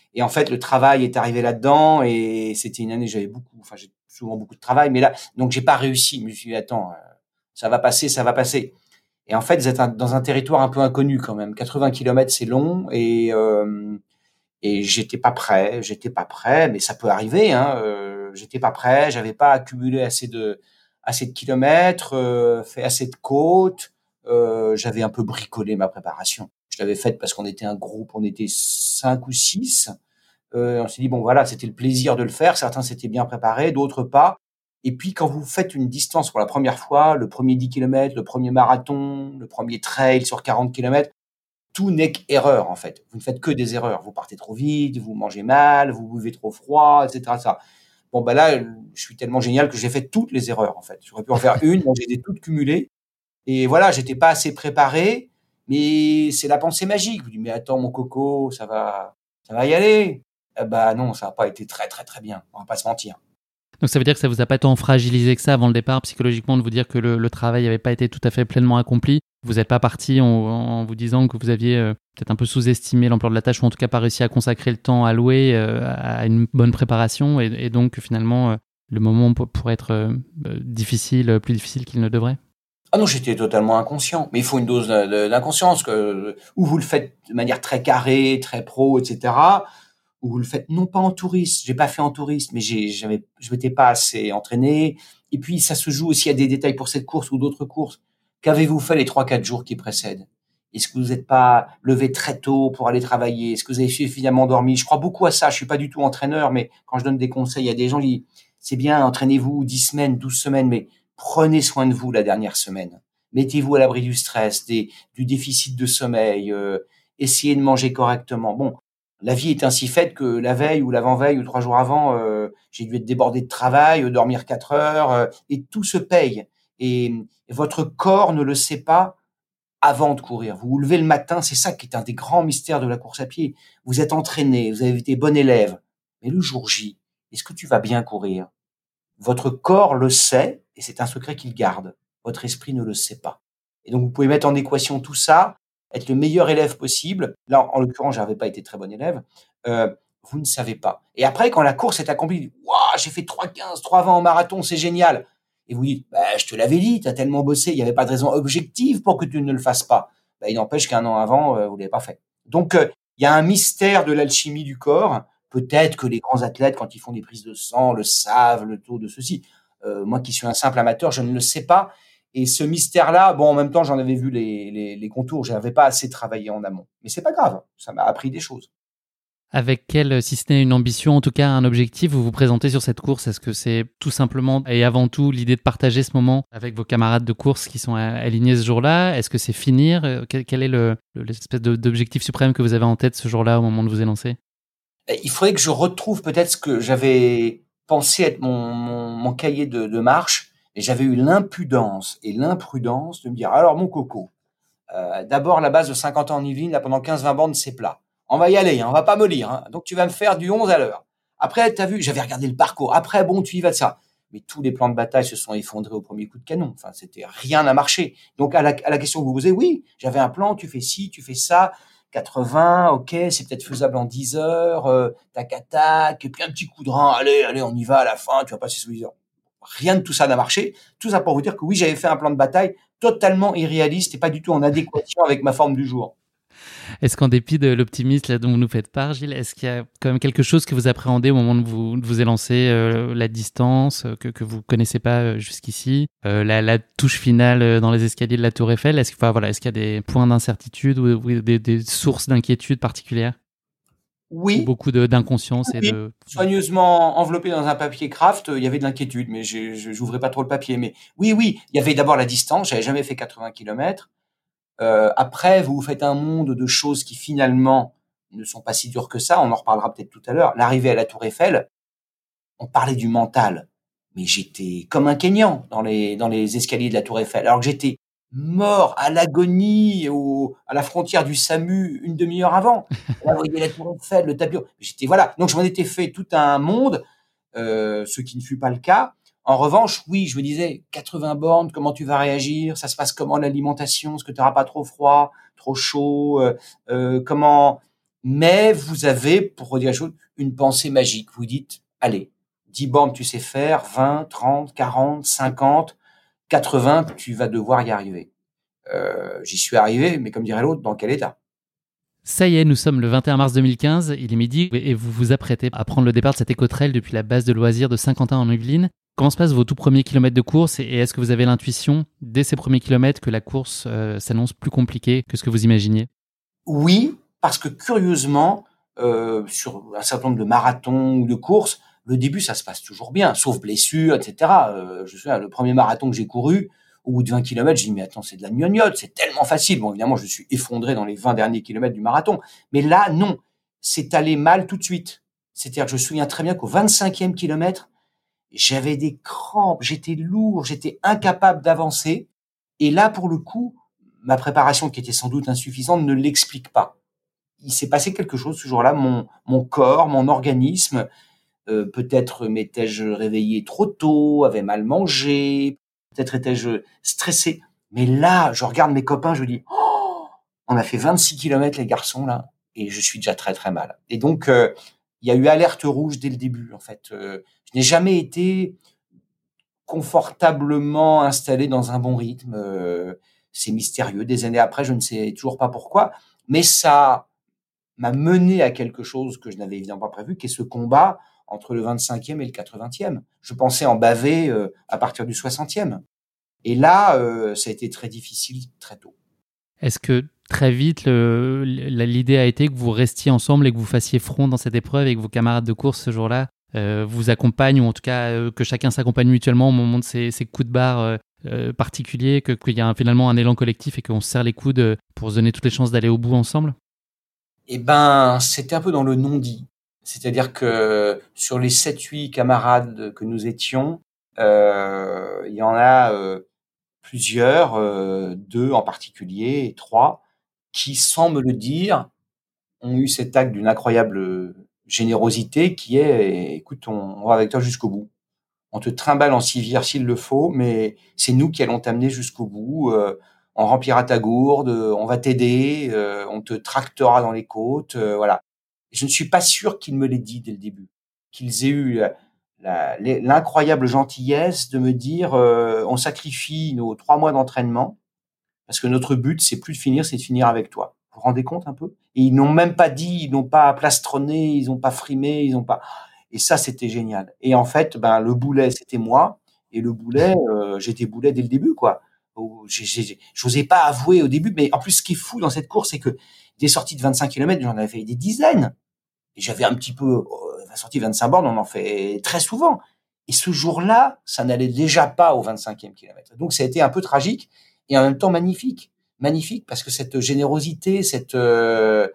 Et en fait, le travail est arrivé là-dedans et c'était une année, j'avais beaucoup, enfin, j'ai souvent beaucoup de travail, mais là, donc j'ai pas réussi. Je me suis dit, attends, euh, ça va passer, ça va passer. Et en fait, vous êtes un, dans un territoire un peu inconnu quand même. quatre-vingts kilomètres, c'est long et euh, et j'étais pas prêt, j'étais pas prêt, mais ça peut arriver. Hein, euh, j'étais pas prêt, j'avais pas accumulé assez de assez de kilomètres, euh, fait assez de côtes. Euh, j'avais un peu bricolé ma préparation. Je l'avais faite parce qu'on était un groupe, on était cinq ou six. Euh, on s'est dit bon voilà, c'était le plaisir de le faire. Certains s'étaient bien préparés, d'autres pas. Et puis quand vous faites une distance pour la première fois, le premier dix kilomètres, le premier marathon, le premier trail sur quarante kilomètres, tout n'est qu'erreur en fait. Vous ne faites que des erreurs. Vous partez trop vite, vous mangez mal, vous buvez trop froid, et cetera. Ça. Bon ben là, je suis tellement génial que j'ai fait toutes les erreurs en fait. J'aurais pu en faire une, donc j'ai toutes cumulées. Et voilà, j'étais pas assez préparé, mais c'est la pensée magique. Vous dites mais attends mon coco, ça va, ça va y aller. Eh ben non, ça n'a pas été très très très bien. On va pas se mentir. Donc ça veut dire que ça vous a pas tant fragilisé que ça avant le départ psychologiquement de vous dire que le, le travail n'avait pas été tout à fait pleinement accompli. Vous n'êtes pas parti en, en vous disant que vous aviez euh, peut-être un peu sous-estimé l'ampleur de la tâche ou en tout cas pas réussi à consacrer le temps alloué euh, à une bonne préparation et, et donc finalement euh, le moment pourrait être euh, difficile, plus difficile qu'il ne devrait. Ah non, j'étais totalement inconscient. Mais il faut une dose d'inconscience que ou vous le faites de manière très carrée, très pro, et cetera. Ou vous le faites non pas en touriste, j'ai pas fait en touriste, mais j'ai, j'avais, je m'étais pas assez entraîné. Et puis ça se joue aussi à des détails pour cette course ou d'autres courses. Qu'avez-vous fait les trois quatre jours qui précèdent? Est-ce que vous n'êtes pas levé très tôt pour aller travailler? Est-ce que vous avez suffisamment dormi? Je crois beaucoup à ça. Je suis pas du tout entraîneur, mais quand je donne des conseils à des gens, je dis c'est bien, entraînez-vous dix semaines, douze semaines, mais prenez soin de vous la dernière semaine. Mettez-vous à l'abri du stress, des, du déficit de sommeil. Euh, essayez de manger correctement. Bon. La vie est ainsi faite que la veille ou l'avant-veille ou trois jours avant, euh, j'ai dû être débordé de travail, euh, dormir quatre heures, euh, et tout se paye. Et, et votre corps ne le sait pas avant de courir. Vous vous levez le matin, c'est ça qui est un des grands mystères de la course à pied. Vous êtes entraîné, vous avez été bon élève. Mais le jour J, est-ce que tu vas bien courir? Votre corps le sait, et c'est un secret qu'il garde. Votre esprit ne le sait pas. Et donc, vous pouvez mettre en équation tout ça, être le meilleur élève possible. Là, en, en l'occurrence, je n'avais pas été très bon élève. Euh, vous ne savez pas. Et après, quand la course est accomplie, « Waouh, j'ai fait trois quinze, trois vingt en marathon, c'est génial !» Et vous dites, bah, « Je te l'avais dit, tu as tellement bossé, il n'y avait pas de raison objective pour que tu ne le fasses pas. » Bah, il n'empêche qu'un an avant, euh, vous ne l'avez pas fait. Donc, il euh, y a un mystère de l'alchimie du corps. Peut-être que les grands athlètes, quand ils font des prises de sang, le savent, le taux de ceci. Euh, moi qui suis un simple amateur, je ne le sais pas. Et ce mystère-là, bon, en même temps, j'en avais vu les, les, les contours, je n'avais pas assez travaillé en amont. Mais c'est pas grave, ça m'a appris des choses. Avec quel, si ce n'est une ambition, en tout cas un objectif, vous vous présentez sur cette course? Est-ce que c'est tout simplement et avant tout l'idée de partager ce moment avec vos camarades de course qui sont alignés ce jour-là? Est-ce que c'est finir? Quel, quel est le, l'espèce de, d'objectif suprême que vous avez en tête ce jour-là au moment de vous élancer? Il faudrait que je retrouve peut-être ce que j'avais pensé être mon, mon, mon cahier de, de marche, et j'avais eu l'impudence et l'imprudence de me dire, alors mon coco, euh, d'abord la base de cinquante ans en Yvelines, là pendant quinze vingt bandes, c'est plat. On va y aller, hein, on va pas mollir. Hein. Donc tu vas me faire du onze à l'heure. Après, tu as vu, j'avais regardé le parcours. Après, bon, tu y vas de ça. Mais tous les plans de bataille se sont effondrés au premier coup de canon. Enfin, c'était rien n'a marché. Donc à la, à la question que vous posez, oui, j'avais un plan, tu fais ci, tu fais ça. quatre-vingts, ok, c'est peut-être faisable en dix heures, euh, tac à tac, et puis un petit coup de rein, allez, allez, on y va à la fin, tu vas passer sous dix heures. Rien de tout ça n'a marché. Tout ça pour vous dire que oui, j'avais fait un plan de bataille totalement irréaliste et pas du tout en adéquation avec ma forme du jour. Est-ce qu'en dépit de l'optimisme là, dont vous nous faites part, Gilles, est-ce qu'il y a quand même quelque chose que vous appréhendez au moment de vous, de vous élancer, euh, la distance euh, que, que vous ne connaissez pas jusqu'ici, euh, la, la touche finale dans les escaliers de la Tour Eiffel? Est-ce, enfin, voilà, est-ce qu'il y a des points d'incertitude ou, ou des, des sources d'inquiétude particulières? Oui. Ou beaucoup de, d'inconscience oui. et de... Soigneusement enveloppé dans un papier craft, il y avait de l'inquiétude, mais je n'ouvrais pas trop le papier. Mais oui, oui, il y avait d'abord la distance. J'avais jamais fait quatre-vingts kilomètres. Euh, après, vous vous faites un monde de choses qui finalement ne sont pas si dures que ça. On en reparlera peut-être tout à l'heure. L'arrivée à la Tour Eiffel, on parlait du mental, mais j'étais comme un Kényan dans les dans les escaliers de la Tour Eiffel, alors que j'étais mort à l'agonie au à la frontière du SAMU une demi-heure avant. Là, vous voyez la Tour Eiffel, le tapis. J'étais voilà. Donc je m'en étais fait tout un monde, euh, ce qui ne fut pas le cas. En revanche, oui, je me disais, quatre-vingts bornes, comment tu vas réagir? Ça se passe comment l'alimentation? Est-ce que tu n'auras pas trop froid, trop chaud? euh, euh, Comment? Mais vous avez, pour redire la chose, une pensée magique. Vous dites, allez, dix bornes tu sais faire, vingt, trente, quarante, cinquante, quatre-vingts, tu vas devoir y arriver. Euh, j'y suis arrivé, mais comme dirait l'autre, dans quel état? Ça y est, nous sommes le vingt et un mars deux mille quinze, il est midi et vous vous apprêtez à prendre le départ de cette éco-trail depuis la base de loisirs de Saint-Quentin en Yvelines. Comment se passent vos tout premiers kilomètres de course et est-ce que vous avez l'intuition, dès ces premiers kilomètres, que la course euh, s'annonce plus compliquée que ce que vous imaginiez? Oui, parce que curieusement, euh, sur un certain nombre de marathons ou de courses, le début, ça se passe toujours bien, sauf blessure, et cetera. Euh, je me souviens, le premier marathon que j'ai couru, au bout de vingt kilomètres, j'ai dit, mais attends, c'est de la gnognotte, c'est tellement facile. Bon, évidemment, je suis effondré dans les vingt derniers kilomètres du marathon. Mais là, non, c'est allé mal tout de suite. C'est-à-dire que je me souviens très bien qu'au vingt-cinquième kilomètre, j'avais des crampes, j'étais lourd, j'étais incapable d'avancer. Et là, pour le coup, ma préparation, qui était sans doute insuffisante, ne l'explique pas. Il s'est passé quelque chose ce jour-là. Mon, mon corps, mon organisme, euh, peut-être m'étais-je réveillé trop tôt, avait mal mangé, peut-être étais-je stressé. Mais là, je regarde mes copains, je dis, oh, on a fait vingt-six kilomètres, les garçons, là, et je suis déjà très, très mal. Et donc, euh, il y a eu alerte rouge dès le début, en fait. Euh, je n'ai jamais été confortablement installé dans un bon rythme. Euh, c'est mystérieux. Des années après, je ne sais toujours pas pourquoi, mais ça m'a mené à quelque chose que je n'avais évidemment pas prévu, qui est ce combat entre le vingt-cinquième et le quatre-vingtième. Je pensais en baver euh, à partir du soixantième. Et là, euh, ça a été très difficile très tôt. Est-ce que très vite, le, l'idée a été que vous restiez ensemble et que vous fassiez front dans cette épreuve et que vos camarades de course ce jour-là euh, vous accompagnent, ou en tout cas euh, que chacun s'accompagne mutuellement au moment de ces, ces coups de barre euh, euh, particuliers, que, qu'il y a un, finalement un élan collectif et qu'on se serre les coudes pour se donner toutes les chances d'aller au bout ensemble? Eh ben, c'était un peu dans le non-dit. C'est-à-dire que sur les sept huit camarades que nous étions, euh, il y en a euh, plusieurs, euh, deux en particulier, et trois, qui, sans me le dire, ont eu cet acte d'une incroyable générosité qui est, écoute, on, on va avec toi jusqu'au bout. On te trimballe en civière s'il le faut, mais c'est nous qui allons t'amener jusqu'au bout. Euh, on remplira ta gourde, on va t'aider, euh, on te tractera dans les côtes, euh, voilà. Je ne suis pas sûr qu'ils me l'aient dit dès le début, qu'ils aient eu la, la, l'incroyable gentillesse de me dire euh, on sacrifie nos trois mois d'entraînement parce que notre but c'est plus de finir, c'est de finir avec toi. Vous vous rendez compte un peu? Et ils n'ont même pas dit, ils n'ont pas plastronné, ils n'ont pas frimé, ils n'ont pas. Et ça, c'était génial. Et en fait, ben le boulet, c'était moi. Et le boulet, euh, j'étais boulet dès le début, quoi. J'ai, j'ai, j'osais pas avouer au début, mais en plus, ce qui est fou dans cette course, c'est que des sorties de vingt-cinq kilomètres, j'en avais fait des dizaines. Et j'avais un petit peu, euh, la sortie vingt-cinq bornes, on en fait très souvent. Et ce jour-là, ça n'allait déjà pas au vingt-cinquième kilomètre. Donc, ça a été un peu tragique et en même temps magnifique. Magnifique parce que cette générosité, cette, euh,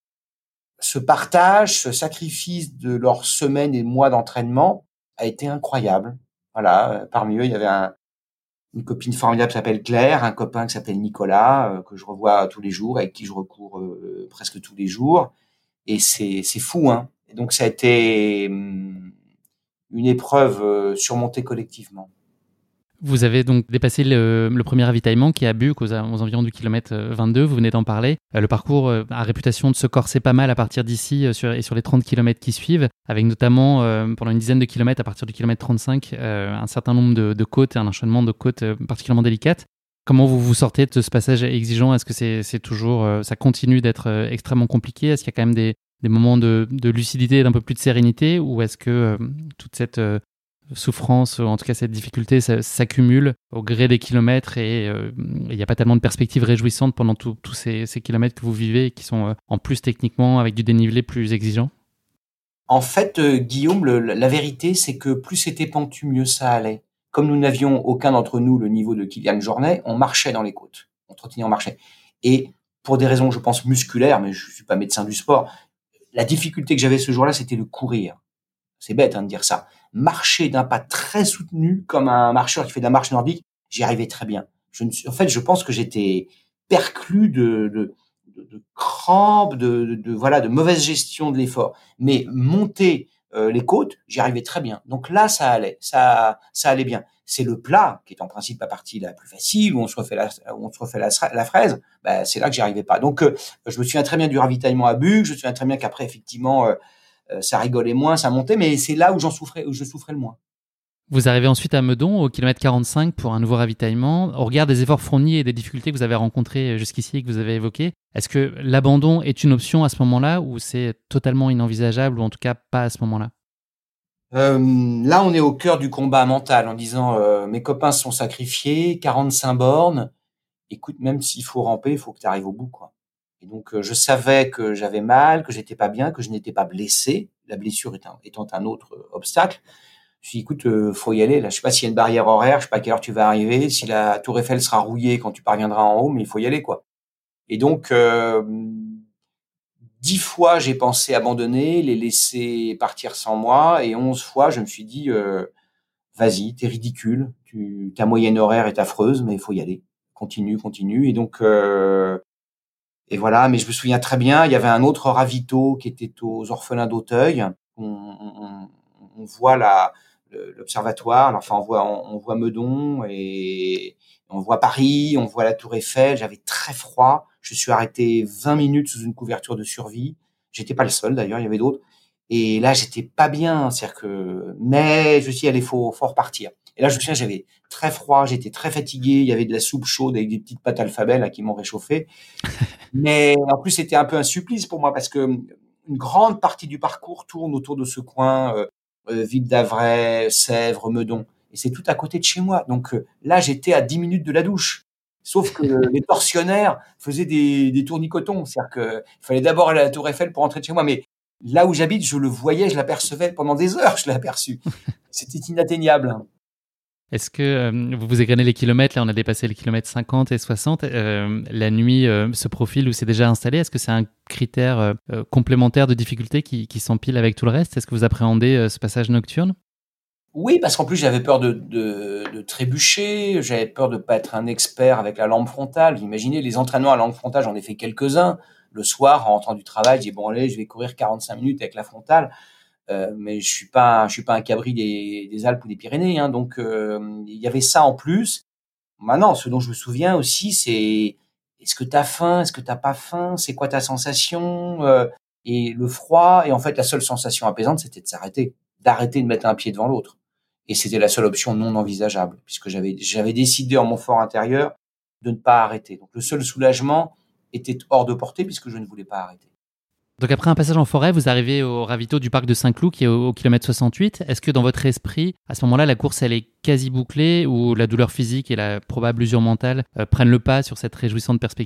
ce partage, ce sacrifice de leurs semaines et mois d'entraînement a été incroyable. Voilà. Parmi eux, il y avait un, une copine formidable qui s'appelle Claire, un copain qui s'appelle Nicolas, euh, que je revois tous les jours, avec qui je recours euh, presque tous les jours. Et c'est, c'est fou, hein. Et donc, ça a été hum, une épreuve euh, surmontée collectivement. Vous avez donc dépassé le, le premier ravitaillement qui est à Buc, aux, aux environs du kilomètre vingt-deux, vous venez d'en parler. Euh, le parcours euh, a réputation de se corser pas mal à partir d'ici euh, sur, et sur les trente kilomètres qui suivent, avec notamment euh, pendant une dizaine de kilomètres à partir du kilomètre trente-cinq, euh, un certain nombre de, de côtes et un enchaînement de côtes euh, particulièrement délicates. Comment vous vous sortez de ce passage exigeant? Est-ce que c'est, c'est toujours, euh, ça continue d'être euh, extrêmement compliqué? Est-ce qu'il y a quand même des, des moments de, de lucidité et d'un peu plus de sérénité, ou est-ce que euh, toute cette euh, souffrance, en tout cas cette difficulté, ça, s'accumule au gré des kilomètres et il n'y a pas tellement de perspectives réjouissantes pendant tous ces, ces kilomètres que vous vivez et qui sont euh, en plus techniquement avec du dénivelé plus exigeant? En fait, euh, Guillaume, le, la vérité, c'est que plus c'était pentu, mieux ça allait. Comme nous n'avions aucun d'entre nous le niveau de Kylian Jornet, on marchait dans les côtes. On trottinait, on marchait. Et pour des raisons, je pense, musculaires, mais je suis pas médecin du sport, la difficulté que j'avais ce jour-là, c'était le courir. C'est bête hein, de dire ça. Marcher d'un pas très soutenu, comme un marcheur qui fait de la marche nordique, j'y arrivais très bien. Je ne suis, en fait, je pense que j'étais perclus de, de, de, de crampes, de, de, de, voilà, de mauvaise gestion de l'effort. Mais monter euh, les côtes, j'y arrivais très bien. Donc là, ça allait, ça, ça allait bien. c'est le plat qui est en principe la partie la plus facile où on se refait la, où on se refait la, la fraise. Ben, c'est là que j'y arrivais pas. Donc, euh, je me souviens très bien du ravitaillement à Buc. Je me souviens très bien qu'après, effectivement, euh, euh, ça rigolait moins, ça montait, mais c'est là où j'en souffrais, où je souffrais le moins. Vous arrivez ensuite à Meudon, au kilomètre quarante-cinq, pour un nouveau ravitaillement. Au regard des efforts fournis et des difficultés que vous avez rencontrées jusqu'ici et que vous avez évoquées, est-ce que l'abandon est une option à ce moment-là ou c'est totalement inenvisageable ou en tout cas pas à ce moment-là ? Euh, là, on est au cœur du combat mental en disant euh, mes copains se sont sacrifiés, quarante-cinq bornes. Écoute, même s'il faut ramper, il faut que tu arrives au bout, quoi. Et donc, euh, je savais que j'avais mal, que j'étais pas bien, que je n'étais pas blessé, la blessure étant, étant un autre euh, obstacle. Je me suis dit, écoute, euh, faut y aller. Là, je sais pas s'il y a une barrière horaire, je sais pas à quelle heure tu vas arriver, si la Tour Eiffel sera rouillée quand tu parviendras en haut, mais il faut y aller, quoi. Et donc, euh, dix fois, j'ai pensé abandonner, les laisser partir sans moi, et onze fois, je me suis dit, euh, vas-y, t'es ridicule, tu, ta moyenne horaire est affreuse, mais il faut y aller. Continue, continue. Et donc, euh, et voilà. Mais je me souviens très bien, il y avait un autre ravito qui était aux Orphelins d'Auteuil. On, on, on voit la, l'observatoire, enfin, on voit, on, on voit Meudon et on voit Paris, on voit la Tour Eiffel. J'avais très froid. Je suis arrêté vingt minutes sous une couverture de survie. J'étais pas le seul, d'ailleurs, il y avait d'autres. Et là, j'étais pas bien, c'est-à-dire que, mais je me suis dit, allez, faut, faut repartir. Et là, je me souviens, j'avais très froid, j'étais très fatigué, il y avait de la soupe chaude avec des petites pâtes alphabet, là, qui m'ont réchauffé. Mais en plus, c'était un peu un supplice pour moi parce que une grande partie du parcours tourne autour de ce coin, euh, euh, Ville d'Avray, Sèvres, Meudon. Et c'est tout à côté de chez moi. Donc euh, là, j'étais à dix minutes de la douche. Sauf que les tortionnaires faisaient des, des tournicotons. C'est-à-dire qu'il fallait d'abord aller à la Tour Eiffel pour rentrer de chez moi. Mais là où j'habite, je le voyais, je l'apercevais pendant des heures, je l'ai aperçu. C'était inatteignable. Est-ce que euh, vous vous égrenez les kilomètres, là on a dépassé les kilomètres cinquante et soixante, euh, la nuit euh, se profile ou c'est déjà installé, est-ce que c'est un critère euh, complémentaire de difficulté qui, qui s'empile avec tout le reste ? Est-ce que vous appréhendez euh, ce passage nocturne ? Oui, parce qu'en plus j'avais peur de, de, de trébucher, j'avais peur de pas être un expert avec la lampe frontale. Vous imaginez, les entraînements à la lampe frontale, j'en ai fait quelques-uns. Le soir, en rentrant du travail, je dis bon allez, je vais courir quarante-cinq minutes avec la frontale. Euh, mais je suis pas, je suis pas un cabri des, des Alpes ou des Pyrénées, hein, donc euh, il y avait ça en plus. Maintenant, ce dont je me souviens aussi, c'est est-ce que t'as faim, est-ce que t'as pas faim, c'est quoi ta sensation, euh, et le froid. Et en fait, la seule sensation apaisante, c'était de s'arrêter, d'arrêter de mettre un pied devant l'autre. Et c'était la seule option non envisageable, puisque j'avais, j'avais décidé en mon fort intérieur de ne pas arrêter. Donc le seul soulagement était hors de portée puisque je ne voulais pas arrêter. Donc après un passage en forêt, vous arrivez au ravito du parc de Saint-Cloud qui est au, au kilomètre soixante-huit. Est-ce que dans votre esprit, à ce moment-là, la course elle est quasi bouclée ou la douleur physique et la probable usure mentale euh, prennent le pas sur cette réjouissante perspective ?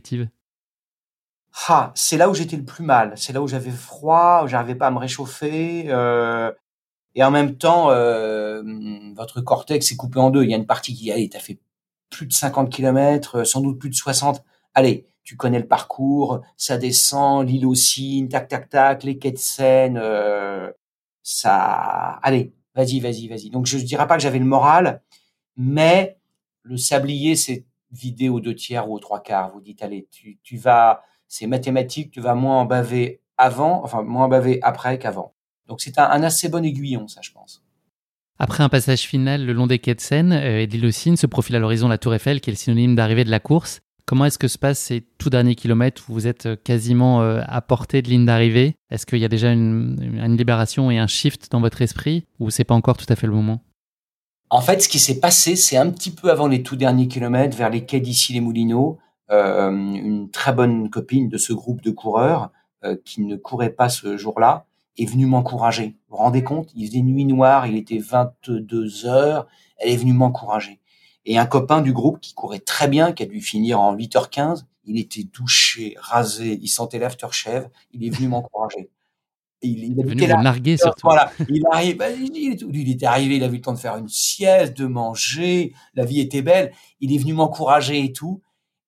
Ah, c'est là où j'étais le plus mal. C'est là où j'avais froid, où j'arrivais pas à me réchauffer. Euh, et en même temps, euh, votre cortex est coupé en deux. Il y a une partie qui, allez, t'as fait plus de cinquante kilomètres, sans doute plus de soixante. Allez, tu connais le parcours, ça descend, l'île aux Cygnes, tac, tac, tac, les quais de Seine, euh, ça, allez, vas-y, vas-y, vas-y. Donc, je ne dirais pas que j'avais le moral, mais le sablier s'est vidé aux deux tiers ou aux trois quarts. Vous dites, allez, tu, tu vas, c'est mathématique, tu vas moins en baver avant, enfin, moins en baver après qu'avant. Donc, c'est un, un assez bon aiguillon, ça, je pense. Après un passage final le long des quais de Seine euh, et de l'île aux Cygnes, se profile à l'horizon la Tour Eiffel, qui est le synonyme d'arrivée de la course. Comment est-ce que se passent ces tout derniers kilomètres où vous êtes quasiment euh, à portée de ligne d'arrivée ? Est-ce qu'il y a déjà une, une libération et un shift dans votre esprit ou c'est pas encore tout à fait le moment ? En fait, ce qui s'est passé, c'est un petit peu avant les tout derniers kilomètres, vers les quais d'Issy-les-Moulineaux, euh, une très bonne copine de ce groupe de coureurs euh, qui ne courait pas ce jour-là est venue m'encourager. Vous vous rendez compte ? Il faisait nuit noire, il était vingt-deux heures, elle est venue m'encourager. Et un copain du groupe qui courait très bien, qui a dû finir en huit heures quinze, il était douché, rasé, il sentait l'aftershave, il est venu m'encourager. Il, il venu vous narguer surtout. Voilà, il arrive, bah, il, il était arrivé, il a vu le temps de faire une sieste, de manger, la vie était belle, il est venu m'encourager et tout.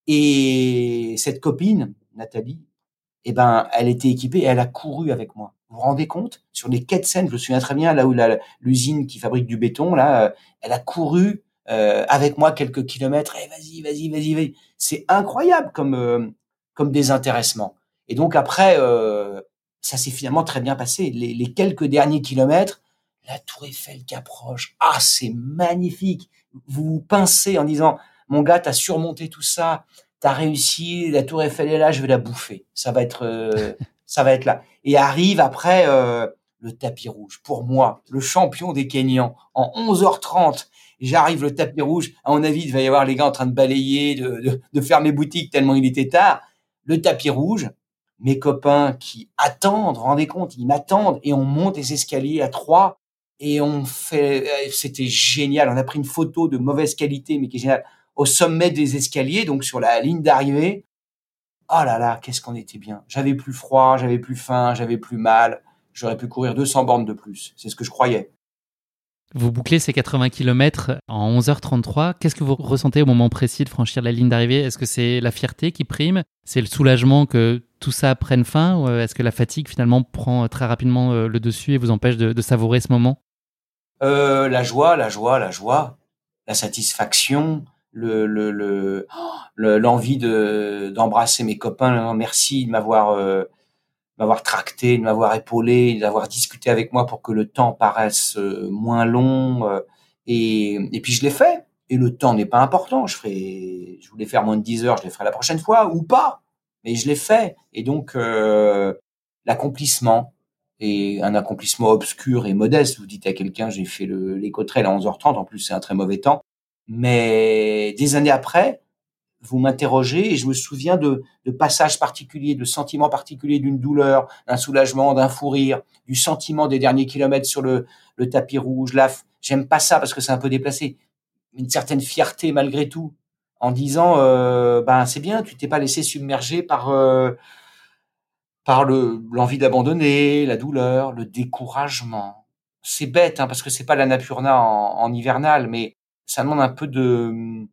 Et cette copine, Nathalie, eh ben, elle était équipée et elle a couru avec moi. Vous vous rendez compte ? Sur les quais de Seine, je me souviens très bien, là où la, l'usine qui fabrique du béton, là, elle a couru euh, avec moi quelques kilomètres. Eh, vas-y, vas-y, vas-y, vas-y. C'est incroyable comme euh, comme désintéressement. Et donc après, euh, ça s'est finalement très bien passé. Les, les quelques derniers kilomètres, la Tour Eiffel qui approche. Ah, c'est magnifique. Vous vous pincez en disant, mon gars, t'as surmonté tout ça, t'as réussi, la Tour Eiffel est là, je vais la bouffer. Ça va être, euh, ça va être là. Et arrive après euh, le tapis rouge. Pour moi, le champion des Kenyans, en onze heures trente, j'arrive le tapis rouge. À mon avis, il va y avoir les gars en train de balayer, de, de, de fermer boutique tellement il était tard. Le tapis rouge, mes copains qui attendent, vous vous rendez compte, ils m'attendent et on monte les escaliers à trois et on fait, c'était génial. On a pris une photo de mauvaise qualité, mais qui est géniale, au sommet des escaliers, donc sur la ligne d'arrivée. Oh là là, qu'est-ce qu'on était bien. J'avais plus froid, j'avais plus faim, j'avais plus mal. J'aurais pu courir deux cents bornes de plus. C'est ce que je croyais. Vous bouclez ces quatre-vingts kilomètres en onze heures trente-trois. Qu'est-ce que vous ressentez au moment précis de franchir la ligne d'arrivée ? Est-ce que c'est la fierté qui prime ? C'est le soulagement que tout ça prenne fin ? Ou est-ce que la fatigue finalement prend très rapidement le dessus et vous empêche de, de savourer ce moment ? euh, La joie, la joie, la joie, la satisfaction, le, le, le, le l'envie de d'embrasser mes copains. Merci de m'avoir euh, m'avoir tracté, de m'avoir épaulé, d'avoir discuté avec moi pour que le temps paraisse euh, moins long. Euh, et, et puis je l'ai fait. Et le temps n'est pas important. Je ferai, je voulais faire moins de dix heures, je le ferai la prochaine fois ou pas. Mais je l'ai fait. Et donc euh, l'accomplissement et un accomplissement obscur et modeste. Vous dites à quelqu'un, j'ai fait le l'éco-trail à onze heures trente. En plus, c'est un très mauvais temps. Mais des années après, vous m'interrogez et je me souviens de, de passages particuliers, de sentiments particuliers, d'une douleur, d'un soulagement, d'un fou rire, du sentiment des derniers kilomètres sur le, le tapis rouge. Là, j'aime pas ça parce que c'est un peu déplacé. Une certaine fierté malgré tout, en disant, euh, ben c'est bien, tu t'es pas laissé submerger par euh, par le l'envie d'abandonner, la douleur, le découragement. C'est bête, hein, parce que c'est pas la Napurna en, en hivernal, mais ça demande un peu de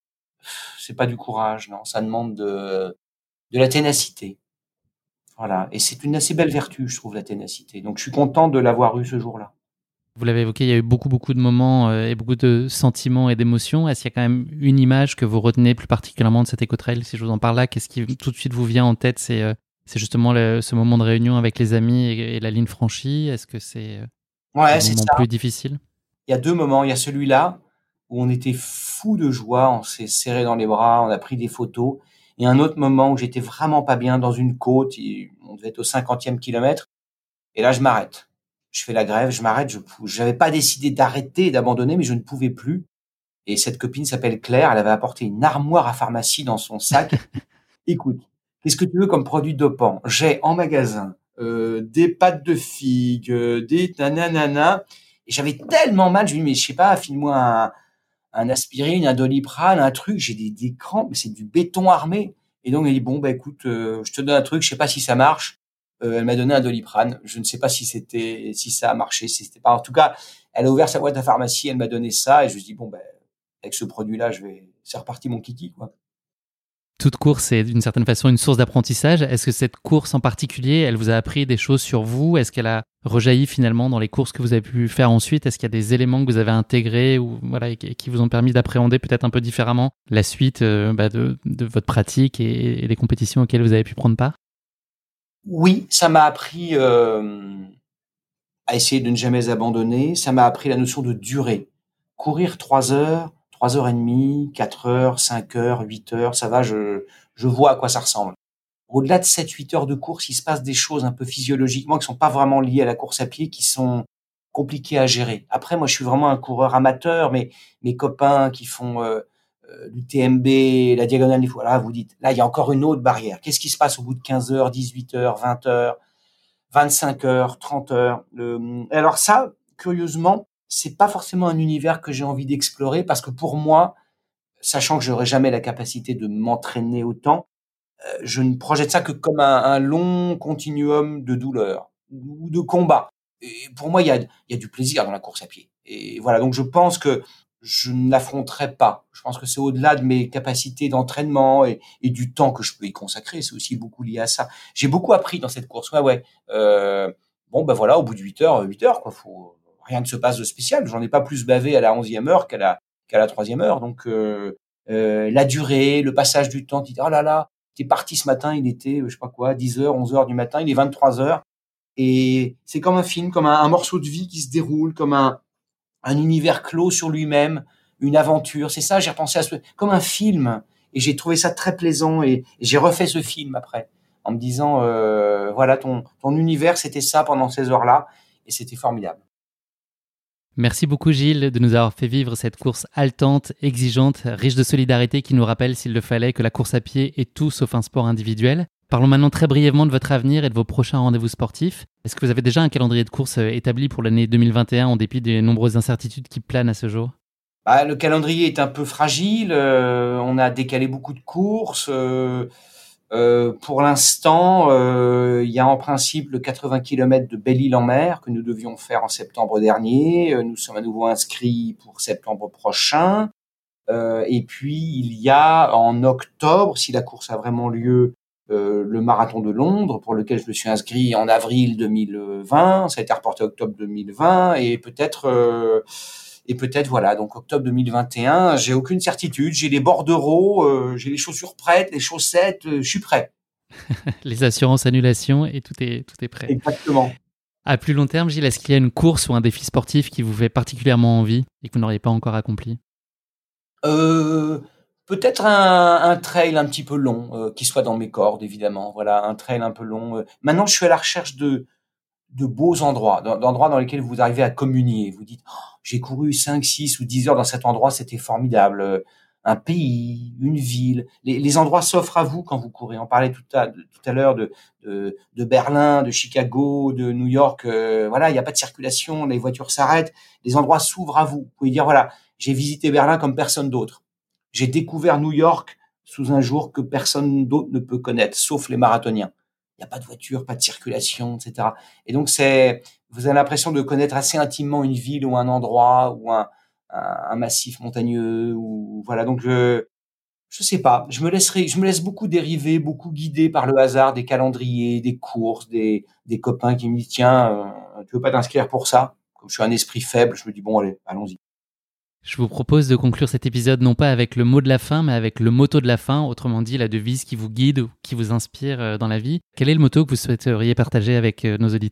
c'est pas du courage, non. Ça demande de, de la ténacité. Voilà. Et c'est une assez belle vertu, je trouve, la ténacité. Donc, je suis content de l'avoir eu ce jour-là. Vous l'avez évoqué, il y a eu beaucoup, beaucoup de moments euh, et beaucoup de sentiments et d'émotions. Est-ce qu'il y a quand même une image que vous retenez plus particulièrement de cet éco-trail ? Si je vous en parle là, qu'est-ce qui tout de suite vous vient en tête ? C'est, euh, c'est justement le, ce moment de réunion avec les amis et, et la ligne franchie ? Est-ce que c'est euh, ouais, un c'est moment ça. plus difficile ? Il y a deux moments. Il y a celui-là où on était fou de joie, on s'est serré dans les bras, on a pris des photos. Et un autre moment où j'étais vraiment pas bien dans une côte, on devait être au cinquantième kilomètre. Et là, je m'arrête. Je fais la grève, je m'arrête. Je n'avais pas décidé d'arrêter, d'abandonner, mais je ne pouvais plus. Et cette copine s'appelle Claire. Elle avait apporté une armoire à pharmacie dans son sac. Écoute, qu'est-ce que tu veux comme produit dopant ? J'ai en magasin euh, des pâtes de figues, euh, des nanana. Et j'avais tellement mal, je me dis, mais je sais pas, file-moi un, un aspirine, un Doliprane, un truc. J'ai des, des crampes, mais c'est du béton armé. Et donc, elle dit, bon, bah écoute, euh, je te donne un truc, je sais pas si ça marche. Euh, elle m'a donné un Doliprane. Je ne sais pas si c'était, si ça a marché, si c'était pas. En tout cas, elle a ouvert sa boîte à pharmacie, elle m'a donné ça, et je me dis, bon, ben, avec ce produit-là, je vais, c'est reparti mon kiki, quoi. Toute course est d'une certaine façon une source d'apprentissage. Est-ce que cette course en particulier, elle vous a appris des choses sur vous ? Est-ce qu'elle a rejailli finalement dans les courses que vous avez pu faire ensuite ? Est-ce qu'il y a des éléments que vous avez intégrés ou voilà, qui vous ont permis d'appréhender peut-être un peu différemment la suite euh, bah, de, de votre pratique et, et des compétitions auxquelles vous avez pu prendre part ? Oui, ça m'a appris euh, à essayer de ne jamais abandonner. Ça m'a appris la notion de durée. Courir trois heures, trois heures et demie, quatre heures, cinq heures, huit heures, ça va, je, je vois à quoi ça ressemble. Au-delà de sept, huit heures de course, il se passe des choses un peu physiologiquement qui sont pas vraiment liées à la course à pied, qui sont compliquées à gérer. Après, moi, je suis vraiment un coureur amateur, mais mes copains qui font euh, euh, l'U T M B, la diagonale, voilà, vous dites, là, il y a encore une autre barrière. Qu'est-ce qui se passe au bout de quinze heures, dix-huit heures, vingt heures, vingt-cinq heures, trente heures? Le... Alors ça, curieusement, c'est pas forcément un univers que j'ai envie d'explorer parce que pour moi, sachant que j'aurai jamais la capacité de m'entraîner autant, euh, je ne projette ça que comme un, un long continuum de douleur ou de combat. Et pour moi, il y a, il y a du plaisir dans la course à pied. Et voilà, donc je pense que je ne l'affronterai pas. Je pense que c'est au-delà de mes capacités d'entraînement et, et du temps que je peux y consacrer. C'est aussi beaucoup lié à ça. J'ai beaucoup appris dans cette course. Ouais, ouais. Euh, bon, ben voilà, au bout de huit heures, huit heures, quoi. Faut, rien ne se passe de spécial. J'en ai pas plus bavé à la onzième heure qu'à la, qu'à la troisième heure. Donc, euh, euh, la durée, le passage du temps, tu dis, oh là là, t'es parti ce matin, il était, je sais pas quoi, dix heures, onze heures du matin, il est vingt-trois heures. Et c'est comme un film, comme un, un morceau de vie qui se déroule, comme un, un univers clos sur lui-même, une aventure. C'est ça, j'ai repensé à ce, comme un film. Et j'ai trouvé ça très plaisant. Et, et j'ai refait ce film après, en me disant, euh, voilà, ton, ton univers, c'était ça pendant ces heures-là. Et c'était formidable. Merci beaucoup Gilles de nous avoir fait vivre cette course haletante, exigeante, riche de solidarité qui nous rappelle, s'il le fallait, que la course à pied est tout sauf un sport individuel. Parlons maintenant très brièvement de votre avenir et de vos prochains rendez-vous sportifs. Est-ce que vous avez déjà un calendrier de course établi pour l'année deux mille vingt et un en dépit des nombreuses incertitudes qui planent à ce jour ? Bah, le calendrier est un peu fragile, euh, on a décalé beaucoup de courses. Euh, euh, pour l'instant, euh, il y a en principe le quatre-vingts kilomètres de Belle-Île-en-Mer que nous devions faire en septembre dernier. Euh, nous sommes à nouveau inscrits pour septembre prochain. Euh, et puis, il y a en octobre, si la course a vraiment lieu, euh, le marathon de Londres, pour lequel je me suis inscrit en avril deux mille vingt. Ça a été reporté octobre deux mille vingt. Et peut-être... Euh, Et peut-être, voilà, donc octobre deux mille vingt et un, j'ai aucune certitude. J'ai les bordereaux, euh, j'ai les chaussures prêtes, les chaussettes, euh, je suis prêt. Les assurances annulation et tout est, tout est prêt. Exactement. À plus long terme, Gilles, est-ce qu'il y a une course ou un défi sportif qui vous fait particulièrement envie et que vous n'auriez pas encore accompli ? euh, Peut-être un, un trail un petit peu long, euh, qui soit dans mes cordes, évidemment. Voilà, un trail un peu long. Euh. Maintenant, je suis à la recherche de... de beaux endroits, d'endroits dans lesquels vous arrivez à communier. Vous dites, oh, j'ai couru cinq, six ou dix heures dans cet endroit, c'était formidable. Un pays, une ville, les, les endroits s'offrent à vous quand vous courez. On parlait tout à, tout à l'heure de, de, de Berlin, de Chicago, de New York. Euh, voilà, il n'y a pas de circulation, les voitures s'arrêtent, les endroits s'ouvrent à vous. Vous pouvez dire, voilà, j'ai visité Berlin comme personne d'autre. J'ai découvert New York sous un jour que personne d'autre ne peut connaître, sauf les marathoniens. Il n'y a pas de voiture, pas de circulation, et cetera. Et donc, c'est, vous avez l'impression de connaître assez intimement une ville ou un endroit ou un, un, un massif montagneux ou voilà. Donc, je, je sais pas. Je me laisserai, je me laisse beaucoup dériver, beaucoup guider par le hasard des calendriers, des courses, des, des copains qui me disent tiens, euh, tu veux pas t'inscrire pour ça? Comme je suis un esprit faible, je me dis bon allez, allons-y. Je vous propose de conclure cet épisode non pas avec le mot de la fin, mais avec le motto de la fin, autrement dit la devise qui vous guide ou qui vous inspire dans la vie. Quel est le motto que vous souhaiteriez partager avec nos auditeurs ?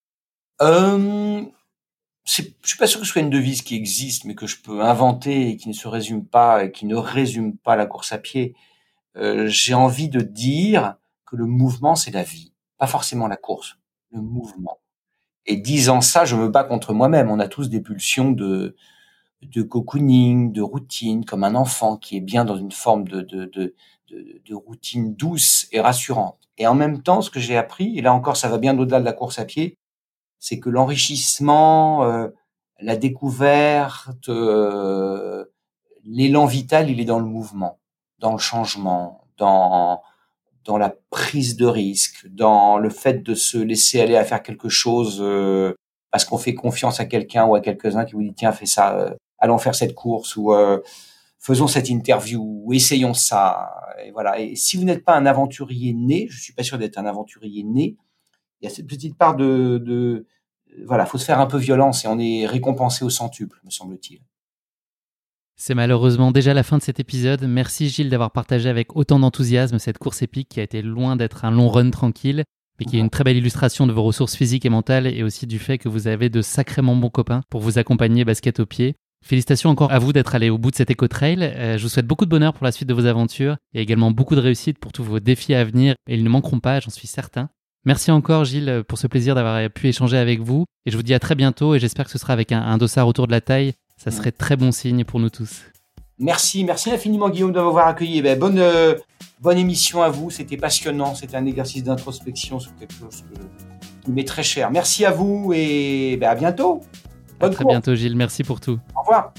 euh, c'est, Je suis pas sûr que ce soit une devise qui existe, mais que je peux inventer et qui ne se résume pas, et qui ne résume pas la course à pied. Euh, j'ai envie de dire que le mouvement, c'est la vie, pas forcément la course, le mouvement. Et disant ça, je me bats contre moi-même. On a tous des pulsions de de cocooning, de routine, comme un enfant qui est bien dans une forme de, de, de, de, de routine douce et rassurante. Et en même temps, ce que j'ai appris, et là encore, ça va bien au-delà de la course à pied, c'est que l'enrichissement, euh, la découverte, euh, l'élan vital, il est dans le mouvement, dans le changement, dans, dans la prise de risque, dans le fait de se laisser aller à faire quelque chose euh, parce qu'on fait confiance à quelqu'un ou à quelques-uns qui vous dit tiens, fais ça, euh, allons faire cette course ou euh, faisons cette interview ou essayons ça. Et voilà. Et si vous n'êtes pas un aventurier né, je suis pas sûr d'être un aventurier né, il y a cette petite part de, de voilà, faut se faire un peu violence et on est récompensé au centuple, me semble-t-il. C'est malheureusement déjà la fin de cet épisode. Merci Gilles d'avoir partagé avec autant d'enthousiasme cette course épique qui a été loin d'être un long run tranquille, mais qui est une très belle illustration de vos ressources physiques et mentales et aussi du fait que vous avez de sacrément bons copains pour vous accompagner basket au pied. Félicitations encore à vous d'être allé au bout de cet éco-trail. Euh, je vous souhaite beaucoup de bonheur pour la suite de vos aventures et également beaucoup de réussite pour tous vos défis à venir et ils ne manqueront pas, j'en suis certain. Merci encore Gilles pour ce plaisir d'avoir pu échanger avec vous et je vous dis à très bientôt et j'espère que ce sera avec un, un dossard autour de la taille. Ça serait très bon signe pour nous tous. Merci, merci infiniment Guillaume de m'avoir accueilli. Eh bien, bonne, euh, bonne émission à vous, c'était passionnant, c'était un exercice d'introspection sur quelque chose que, qui m'est très cher. Merci à vous et ben, à bientôt. Bonne à très course. Bientôt Gilles, merci pour tout. Au revoir.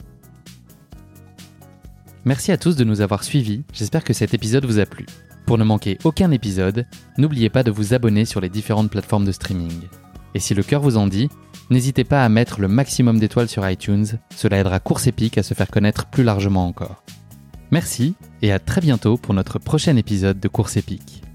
Merci à tous de nous avoir suivis, j'espère que cet épisode vous a plu. Pour ne manquer aucun épisode, n'oubliez pas de vous abonner sur les différentes plateformes de streaming. Et si le cœur vous en dit, n'hésitez pas à mettre le maximum d'étoiles sur iTunes, cela aidera Course Épique à se faire connaître plus largement encore. Merci et à très bientôt pour notre prochain épisode de Course Épique.